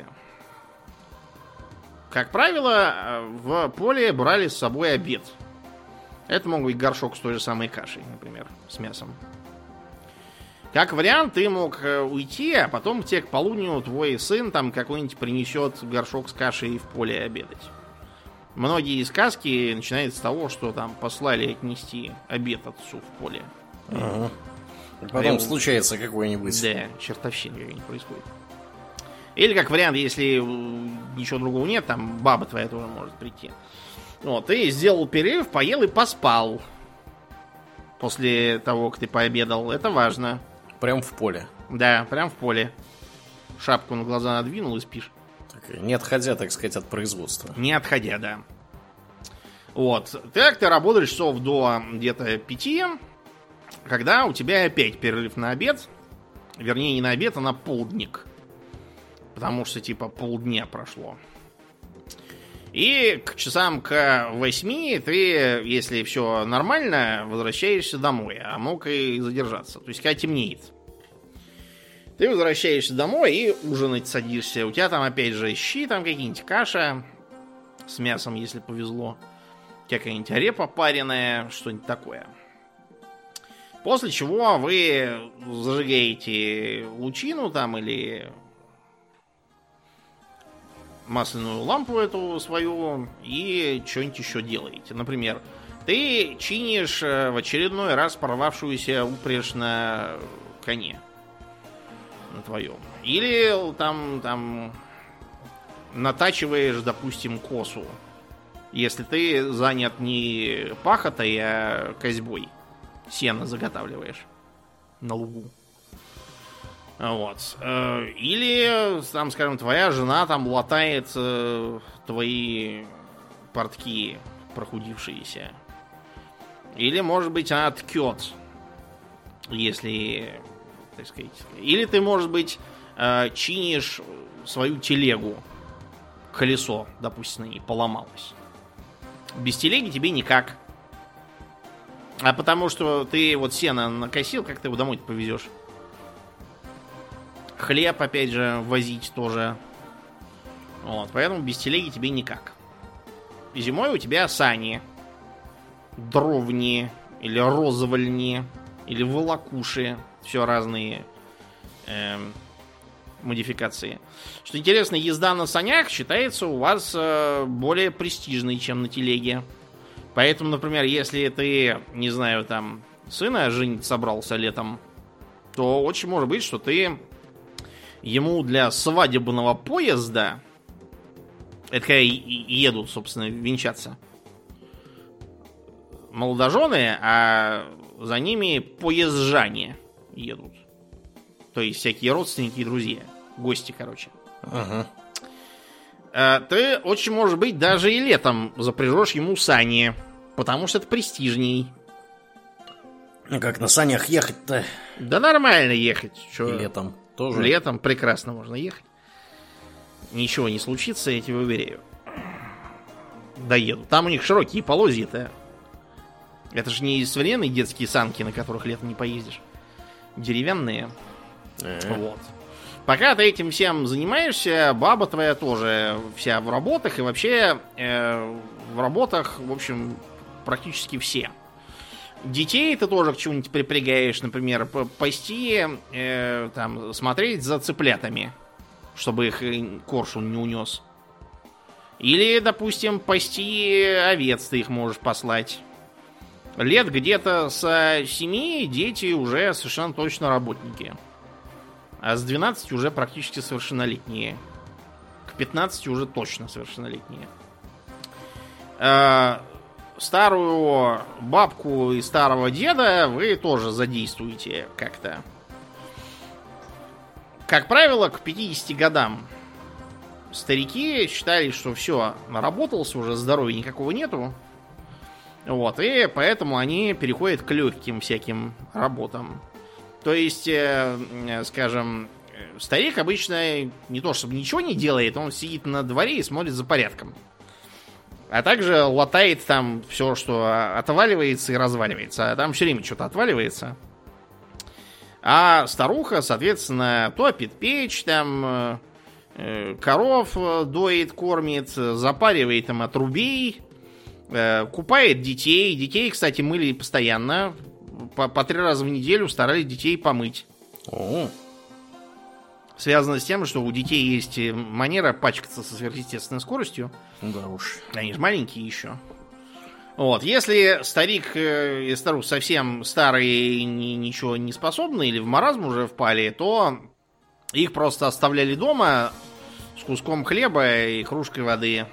Как правило, в поле брали с собой обед. Это мог быть горшок с той же самой кашей, например, с мясом. Как вариант, ты мог уйти, а потом тебе к полудню твой сын там какой-нибудь принесет горшок с кашей в поле обедать. Многие сказки начинаются с того, что там послали отнести обед отцу в поле. Ага. Потом случается какой-нибудь. Да, чертовщина какая-нибудь происходит. Или как вариант, если ничего другого нет, там баба твоя тоже может прийти. Вот, ты сделал перерыв, поел и поспал. После того, как ты пообедал. Это важно. Прям в поле. Да, прям в поле. Шапку на глаза надвинул и спишь. Так, не отходя, так сказать, от производства. Не отходя, да. Вот. Так ты работаешь часов до где-то 5, когда у тебя опять перерыв на обед. Вернее, не на обед, а на полдник. Потому что, типа, полдня прошло. И к часам к 8 ты, если все нормально, возвращаешься домой. А мог и задержаться. То есть, когда темнеет. Ты возвращаешься домой и ужинать садишься. У тебя там, опять же, щи, там какие-нибудь каша с мясом, если повезло. У тебя какая-нибудь репа пареная, что-нибудь такое. После чего вы зажигаете лучину там или масляную лампу эту свою и что-нибудь еще делаете. Например, ты чинишь в очередной раз порвавшуюся упряжь на коне. На твоем. Или там натачиваешь, допустим, косу. Если ты занят не пахотой, а козьбой. Сено заготавливаешь на лугу. Вот. Или, там, скажем, твоя жена там латает твои портки прохудившиеся. Или, может быть, она ткет. Если, так сказать. Или ты, может быть, чинишь свою телегу. Колесо, допустим, на ней поломалось. Без телеги тебе никак. А потому что ты вот сено накосил, как ты его домой повезешь? Хлеб, опять же, возить тоже. Вот, поэтому без телеги тебе никак. И зимой у тебя сани. Дровни. Или розвольни. Или волокуши. Все разные модификации. Что интересно, езда на санях считается у вас более престижной, чем на телеге. Поэтому, например, если ты, не знаю, там, сына женить собрался летом, то очень может быть, что ты ему для свадебного поезда, это когда едут, собственно, венчаться молодожены, а за ними поезжане едут. То есть всякие родственники и друзья. Гости, короче. Ага. Ты очень, может быть, даже и летом запряжешь ему сани. Потому что это престижней. Ну как на санях ехать-то? Да нормально ехать. Чё? И летом тоже? Летом прекрасно можно ехать. Ничего не случится, я тебе уверяю. Доеду. Там у них широкие полозья-то. Это же не современные детские санки, на которых летом не поездишь. Деревянные. Вот. Пока ты этим всем занимаешься, баба твоя тоже вся в работах. И вообще в работах, в общем, практически все. Детей ты тоже к чему-нибудь припрягаешь, например, пасти, там, смотреть за цыплятами, чтобы их коршун не унес. Или, допустим, пасти овец ты их можешь послать. Лет где-то со 7 дети уже совершенно точно работники. А с 12 уже практически совершеннолетние. К 15 уже точно совершеннолетние. Старую бабку и старого деда вы тоже задействуете как-то. Как правило, к 50 годам старики считали, что все, наработался, уже здоровья никакого нету. Вот, и поэтому они переходят к легким всяким работам. То есть, скажем, старик обычно не то чтобы ничего не делает, он сидит на дворе и смотрит за порядком. А также латает там все, что отваливается и разваливается. А там все время что-то отваливается. А старуха, соответственно, топит печь, там коров доит, кормит, запаривает им отрубей, купает детей. Детей, кстати, мыли постоянно. По 3 раза в неделю старались детей помыть. Связано с тем, что у детей есть манера пачкаться со сверхъестественной скоростью. Да уж. Они же маленькие еще. Вот. Если старик и старуха совсем старые и ничего не способны, или в маразм уже впали, то их просто оставляли дома с куском хлеба и кружкой воды.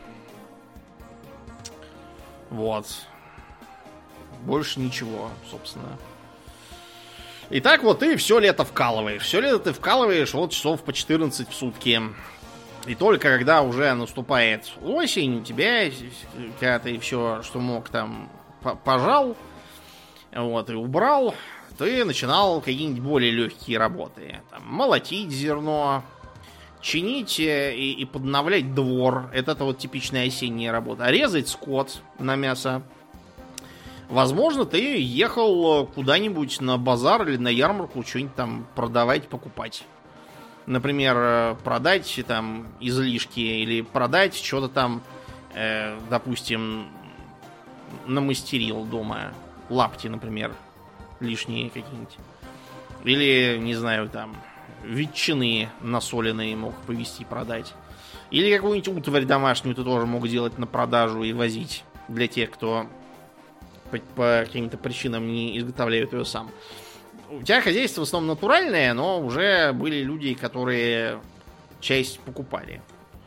Вот. Больше ничего, собственно. И так вот ты все лето вкалываешь. Все лето ты вкалываешь вот часов по 14 в сутки. И только когда уже наступает осень, у тебя, когда ты все, что мог, там пожал, вот, и убрал, ты начинал какие-нибудь более легкие работы. Там, молотить зерно, чинить и подновлять двор. Это вот типичная осенняя работа. Резать скот на мясо. Возможно, ты ехал куда-нибудь на базар или на ярмарку что-нибудь там продавать, покупать. Например, продать там излишки или продать что-то там, допустим, намастерил дома. Лапти, например, лишние какие-нибудь. Или, не знаю, там, ветчины насоленные мог повезти продать. Или какую-нибудь утварь домашнюю ты тоже мог делать на продажу и возить для тех, кто по каким-то причинам не изготовляют ее сам. У тебя хозяйство в основном натуральное, но уже были люди, которые часть покупали.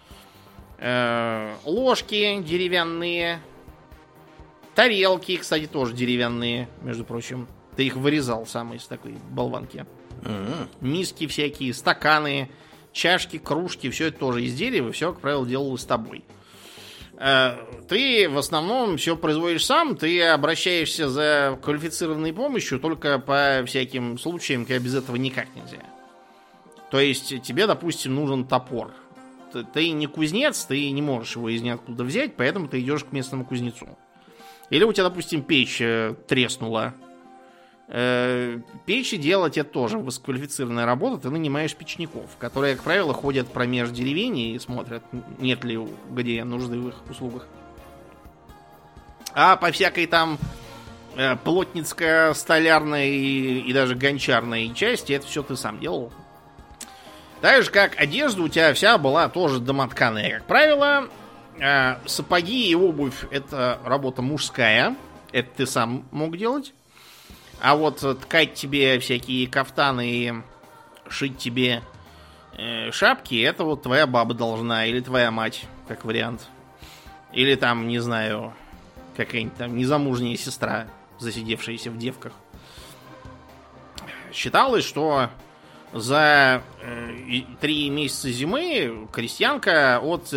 Ложки деревянные. Тарелки, кстати, тоже деревянные, между прочим. Ты их вырезал сам из такой болванки. Миски всякие, стаканы, чашки, кружки. Все это тоже из дерева. Все, как правило, делалось с тобой. Ты в основном все производишь сам, ты обращаешься за квалифицированной помощью только по всяким случаям, когда без этого никак нельзя. То есть тебе, допустим, нужен топор. Ты не кузнец, ты не можешь его из ниоткуда взять, поэтому ты идешь к местному кузнецу. Или у тебя, допустим, печь треснула. Печи делать это тоже высококвалифицированная работа. Ты нанимаешь печников, которые, как правило, ходят промеж деревень и смотрят, нет ли где нужды в их услугах. А по всякой там плотницко-столярной и даже гончарной части это все ты сам делал. Так же, как одежда у тебя вся была тоже домотканая. Как правило, сапоги и обувь это работа мужская. Это ты сам мог делать. А вот ткать тебе всякие кафтаны и шить тебе шапки, это вот твоя баба должна, или твоя мать, как вариант. Или там, не знаю, какая-нибудь там незамужняя сестра, засидевшаяся в девках. Считалось, что за 3 месяца зимы крестьянка от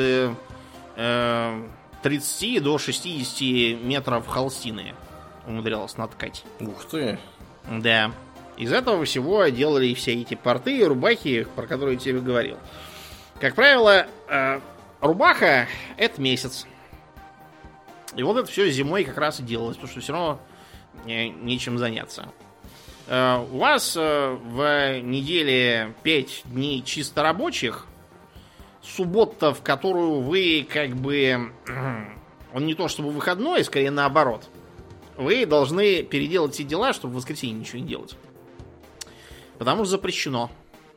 30 до 60 метров холстины умудрялась наткать. Ух ты. Да. Из этого всего делали все эти порты и рубахи, про которые я тебе говорил. Как правило, рубаха — это месяц. И вот это все зимой как раз и делалось, потому что все равно нечем заняться. У вас в неделе 5 дней чисто рабочих. Суббота, в которую вы как бы... Он не то чтобы выходной, скорее наоборот. вы должны переделать все дела, чтобы в воскресенье ничего не делать. Потому что запрещено.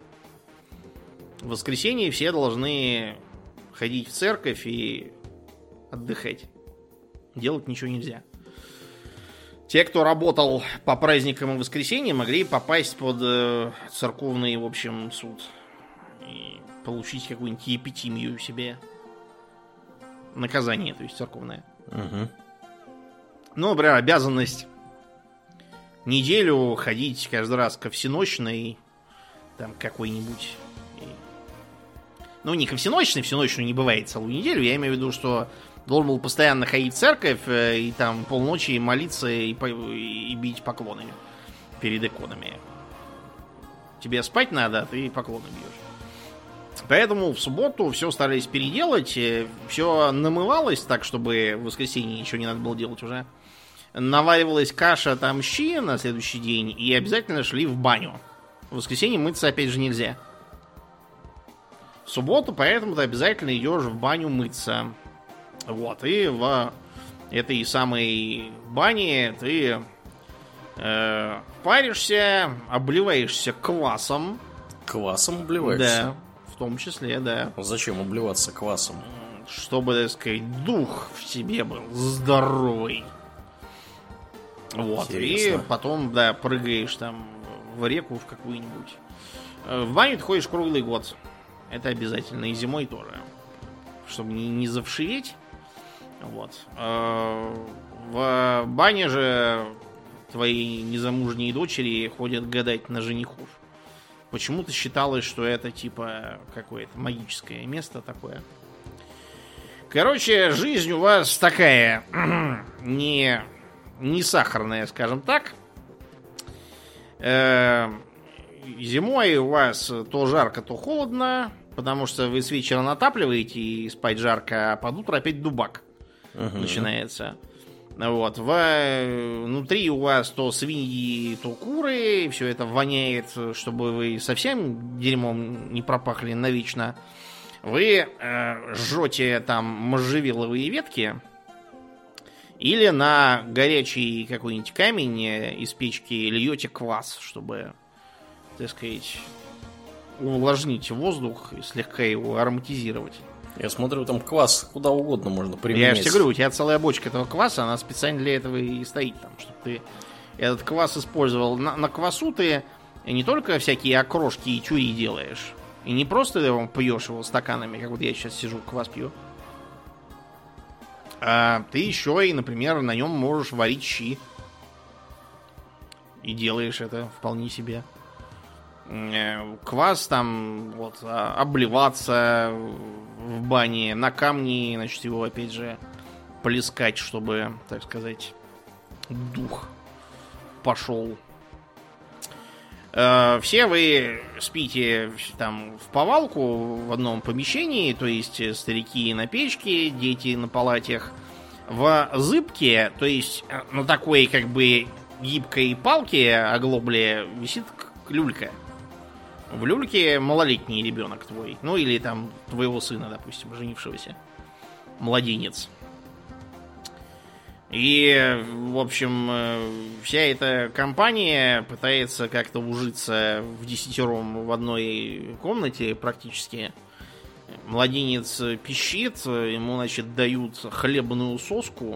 В воскресенье все должны ходить в церковь и отдыхать. Делать ничего нельзя. Те, кто работал по праздникам и воскресенье, могли попасть под церковный, в общем, суд. И получить какую-нибудь епитимию себе. Наказание, то есть церковное. Угу. Ну, например, обязанность неделю ходить каждый раз ко всеночной, там какой-нибудь. Ну, не ко всеночной, всеночную не бывает целую неделю. Я имею в виду, что должен был постоянно ходить в церковь и там полночи молиться и бить поклоны перед иконами. Тебе спать надо, а ты поклоны бьешь. Поэтому в субботу все старались переделать, все намывалось так, чтобы в воскресенье ничего не надо было делать уже. Наваривалась каша там щи на следующий день и обязательно шли в баню. В воскресенье мыться опять же нельзя. В субботу поэтому ты обязательно идешь в баню мыться. Вот, и в этой самой бане ты паришься, обливаешься квасом. Квасом обливаешься? Да, в том числе, да. Зачем обливаться квасом? Чтобы, так сказать, дух в тебе был здоровый. Вот, интересно. и потом, да, прыгаешь там в реку в какую-нибудь. В баню ты ходишь круглый год. Это обязательно, и зимой тоже. Чтобы не завшиветь. Вот. В бане же твои незамужние дочери ходят гадать на женихов. Почему-то считалось, что это типа какое-то магическое место такое. Короче, жизнь у вас такая не сахарная, скажем так. Зимой у вас то жарко, то холодно, потому что вы с вечера натапливаете и спать жарко, а под утро опять дубак начинается. Вот. Внутри у вас то свиньи, то куры, все это воняет, чтобы вы совсем дерьмом не пропахли навечно. Вы жжете там можжевеловые ветки или на горячий какой-нибудь камень из печки льете квас, чтобы, так сказать, увлажнить воздух и слегка его ароматизировать. Я смотрю, там квас куда угодно можно применять. Я же тебе говорю, у тебя целая бочка этого кваса, она специально для этого и стоит там, чтобы ты этот квас использовал. На квасу ты не только всякие окрошки и тюри делаешь, и не просто ты пьешь его стаканами, как вот я сейчас сижу, квас пью, а ты еще и, например, на нем можешь варить щи. И делаешь это вполне себе. Квас там, вот, обливаться в бане, на камни, значит, его опять же плескать, чтобы, так сказать, дух пошел. Все вы спите там в повалку в одном помещении, то есть старики на печке, дети на палатях. В зыбке, то есть на такой как бы гибкой палке, оглобле, висит люлька. В люльке малолетний ребенок твой. Ну или там твоего сына, допустим, женившегося. Младенец. И, в общем, вся эта компания пытается как-то ужиться в десятером в одной комнате практически. Младенец пищит, ему, значит, дают хлебную соску.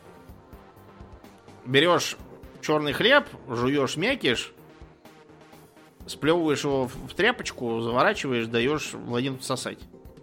Берешь черный хлеб, жуешь мякиш, сплевываешь его в тряпочку, заворачиваешь, даешь младенцу сосать.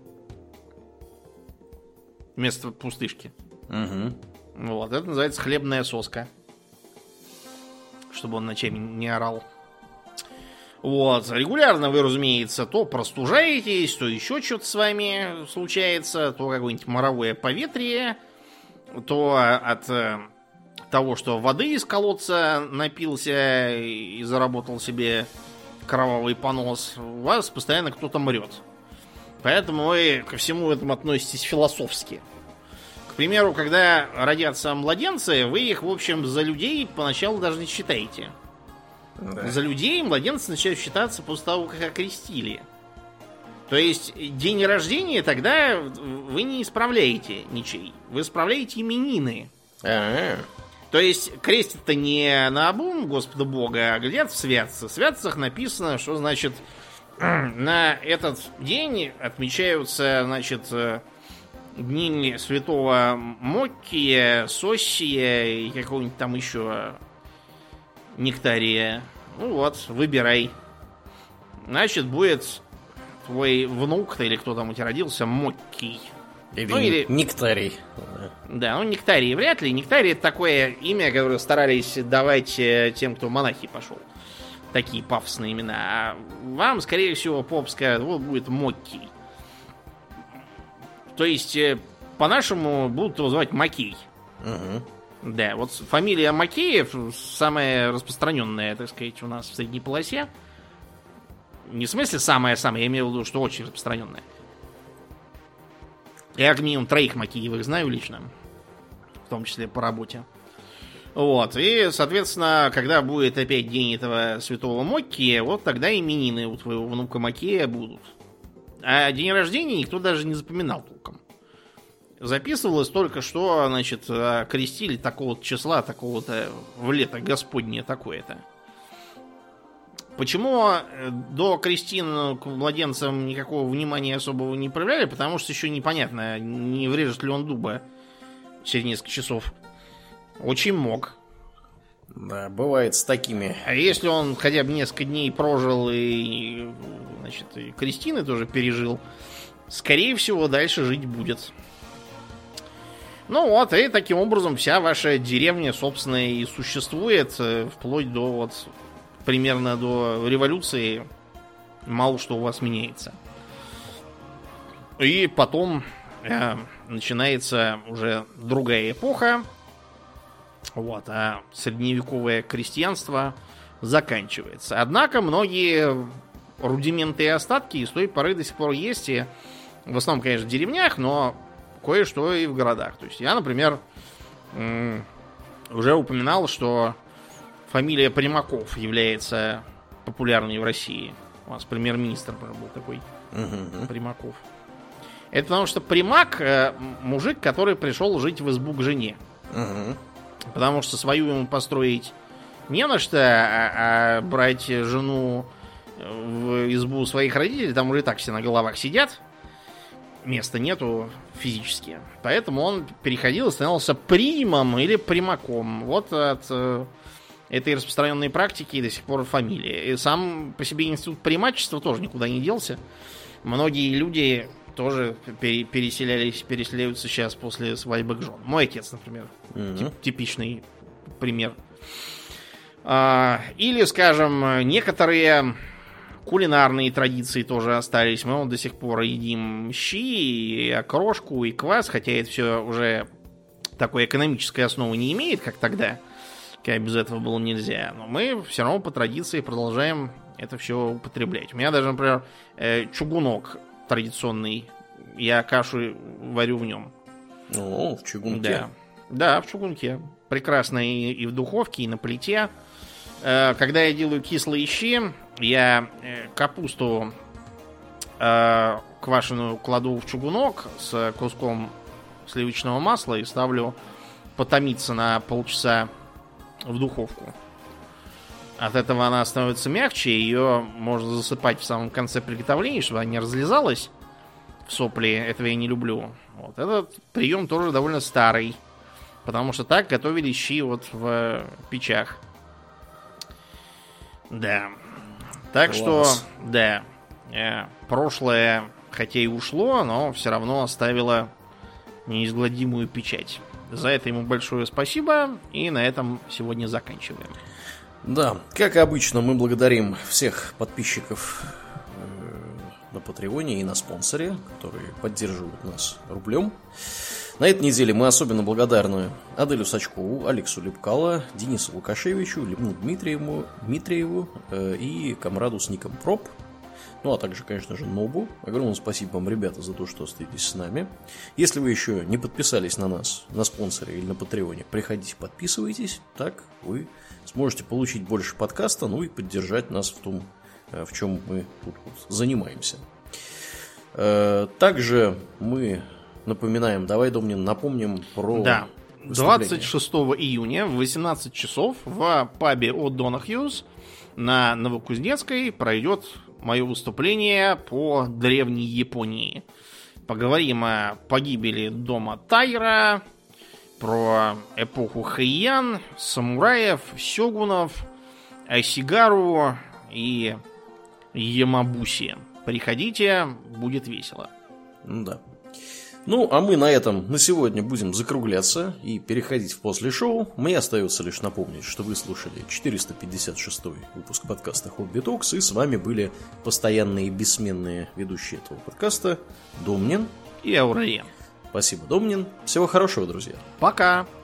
Вместо пустышки. Угу. Вот, это называется хлебная соска. Чтобы он ночами не орал. Вот, регулярно вы, разумеется, то простужаетесь, то еще что-то с вами случается, то какое-нибудь моровое поветрие, то от того, что воды из колодца напился и заработал себе кровавый понос, у вас постоянно кто-то мрет. Поэтому вы ко всему этому относитесь философски. К примеру, когда родятся младенцы, вы их, в общем, за людей поначалу даже не считаете. Да. За людей младенцы начинают считаться после того, как окрестили. То есть день рождения тогда вы не исправляете ничей. Вы исправляете именины. То есть крестят-то не наобум Господа Бога, а глядят в святце. В святцах написано, что, значит, на этот день отмечаются, значит, дни святого Моккия, Соссия и какого-нибудь там еще нектария. Ну вот, выбирай. Значит, будет твой внук, или кто там у тебя родился, Моккий. Или нектарий. Да, ну нектарий вряд ли. Нектарий — это такое имя, которое старались давать тем, кто в монахи пошел. Такие пафосные имена. А вам, скорее всего, поп скажет, вот будет Моккий. То есть, по-нашему, будут его звать Макей. Угу. Да, вот фамилия Макеев самая распространенная, так сказать, у нас в средней полосе. Не в смысле самая-самая, я имею в виду, что очень распространенная. Я как минимум 3 Макеевых знаю лично. В том числе по работе. Вот, и, соответственно, когда будет опять день этого святого Моккия, вот тогда именины у твоего внука Макея будут. А день рождения никто даже не запоминал толком. Записывалось только, что, значит, крестили такого-то числа, такого-то в лето Господне такое-то. Почему до крестин к младенцам никакого внимания особого не проявляли? Потому что еще непонятно, не врежет ли он дуба через несколько часов. Очень мог. Да, бывает с такими. А если он хотя бы несколько дней прожил и, значит, и крестины тоже пережил, скорее всего, дальше жить будет. Ну вот, и таким образом вся ваша деревня, собственно, и существует, вплоть до вот примерно до революции. Мало что у вас меняется. И потом начинается уже другая эпоха. Вот, а средневековое крестьянство заканчивается. Однако многие рудименты и остатки с той поры до сих пор есть. И в основном, конечно, в деревнях, но кое-что и в городах. То есть я, например, уже упоминал, что фамилия Примаков является популярной в России. У нас премьер-министр был такой Примаков. Это потому что Примак мужик, который пришел жить в избу к жене. Потому что свою ему построить не на что, а брать жену в избу своих родителей, там уже и так все на головах сидят, места нету физически. Поэтому он переходил и становился примом или примаком. Вот от этой распространенной практики до сих пор фамилия. И сам по себе институт примачества тоже никуда не делся. Многие люди тоже переселяются сейчас после свадьбы к женам. Мой отец, например. Типичный пример. Или, скажем, некоторые кулинарные традиции тоже остались. Мы вот до сих пор едим щи, и окрошку, и квас, хотя это все уже такой экономической основы не имеет, как тогда, когда без этого было нельзя. Но мы все равно по традиции продолжаем это все употреблять. У меня даже, например, чугунок традиционный. Я кашу варю в нем. О, в чугунке. Да, да, в чугунке. Прекрасно и в духовке, и на плите. Когда я делаю кислые щи, я капусту квашеную кладу в чугунок с куском сливочного масла и ставлю потомиться на полчаса в духовку. От этого она становится мягче, ее можно засыпать в самом конце приготовления, чтобы она не разлезалась в сопли. Этого я не люблю. Вот. Этот прием тоже довольно старый, потому что так готовили щи вот в печах. Да. Так что, да, прошлое, хотя и ушло, но все равно оставило неизгладимую печать. За это ему большое спасибо, и на этом сегодня заканчиваем. Да, как обычно, мы благодарим всех подписчиков на Патреоне и на спонсоре, которые поддерживают нас рублем. На этой неделе мы особенно благодарны Аделю Сачкову, Алексу Лепкало, Денису Лукашевичу, Левну Дмитриеву и комраду с ником Проб. Ну, а также, конечно же, Нобу. Огромное спасибо вам, ребята, за то, что остаетесь с нами. Если вы еще не подписались на нас, на спонсоре или на Патреоне, приходите, подписывайтесь. Так вы сможете получить больше подкаста, ну и поддержать нас в том, в чем мы тут вот занимаемся. Также мы напоминаем, давай, Домнин, напомним про... Да, выступление. 26 июня в 18 часов в пабе О'Донахьюз на Новокузнецкой пройдет мое выступление по древней Японии. Поговорим о погибели дома Тайра, про эпоху Хэйян, самураев, сёгунов, Асигару и Ямабуси. Приходите, будет весело. Да. Ну, а мы на этом на сегодня будем закругляться и переходить в после шоу. Мне остается лишь напомнить, что вы слушали 456-й выпуск подкаста Хобби Токс, и с вами были постоянные и бессменные ведущие этого подкаста Домнин и Аурельян. Спасибо, Домнин. Всего хорошего, друзья. Пока.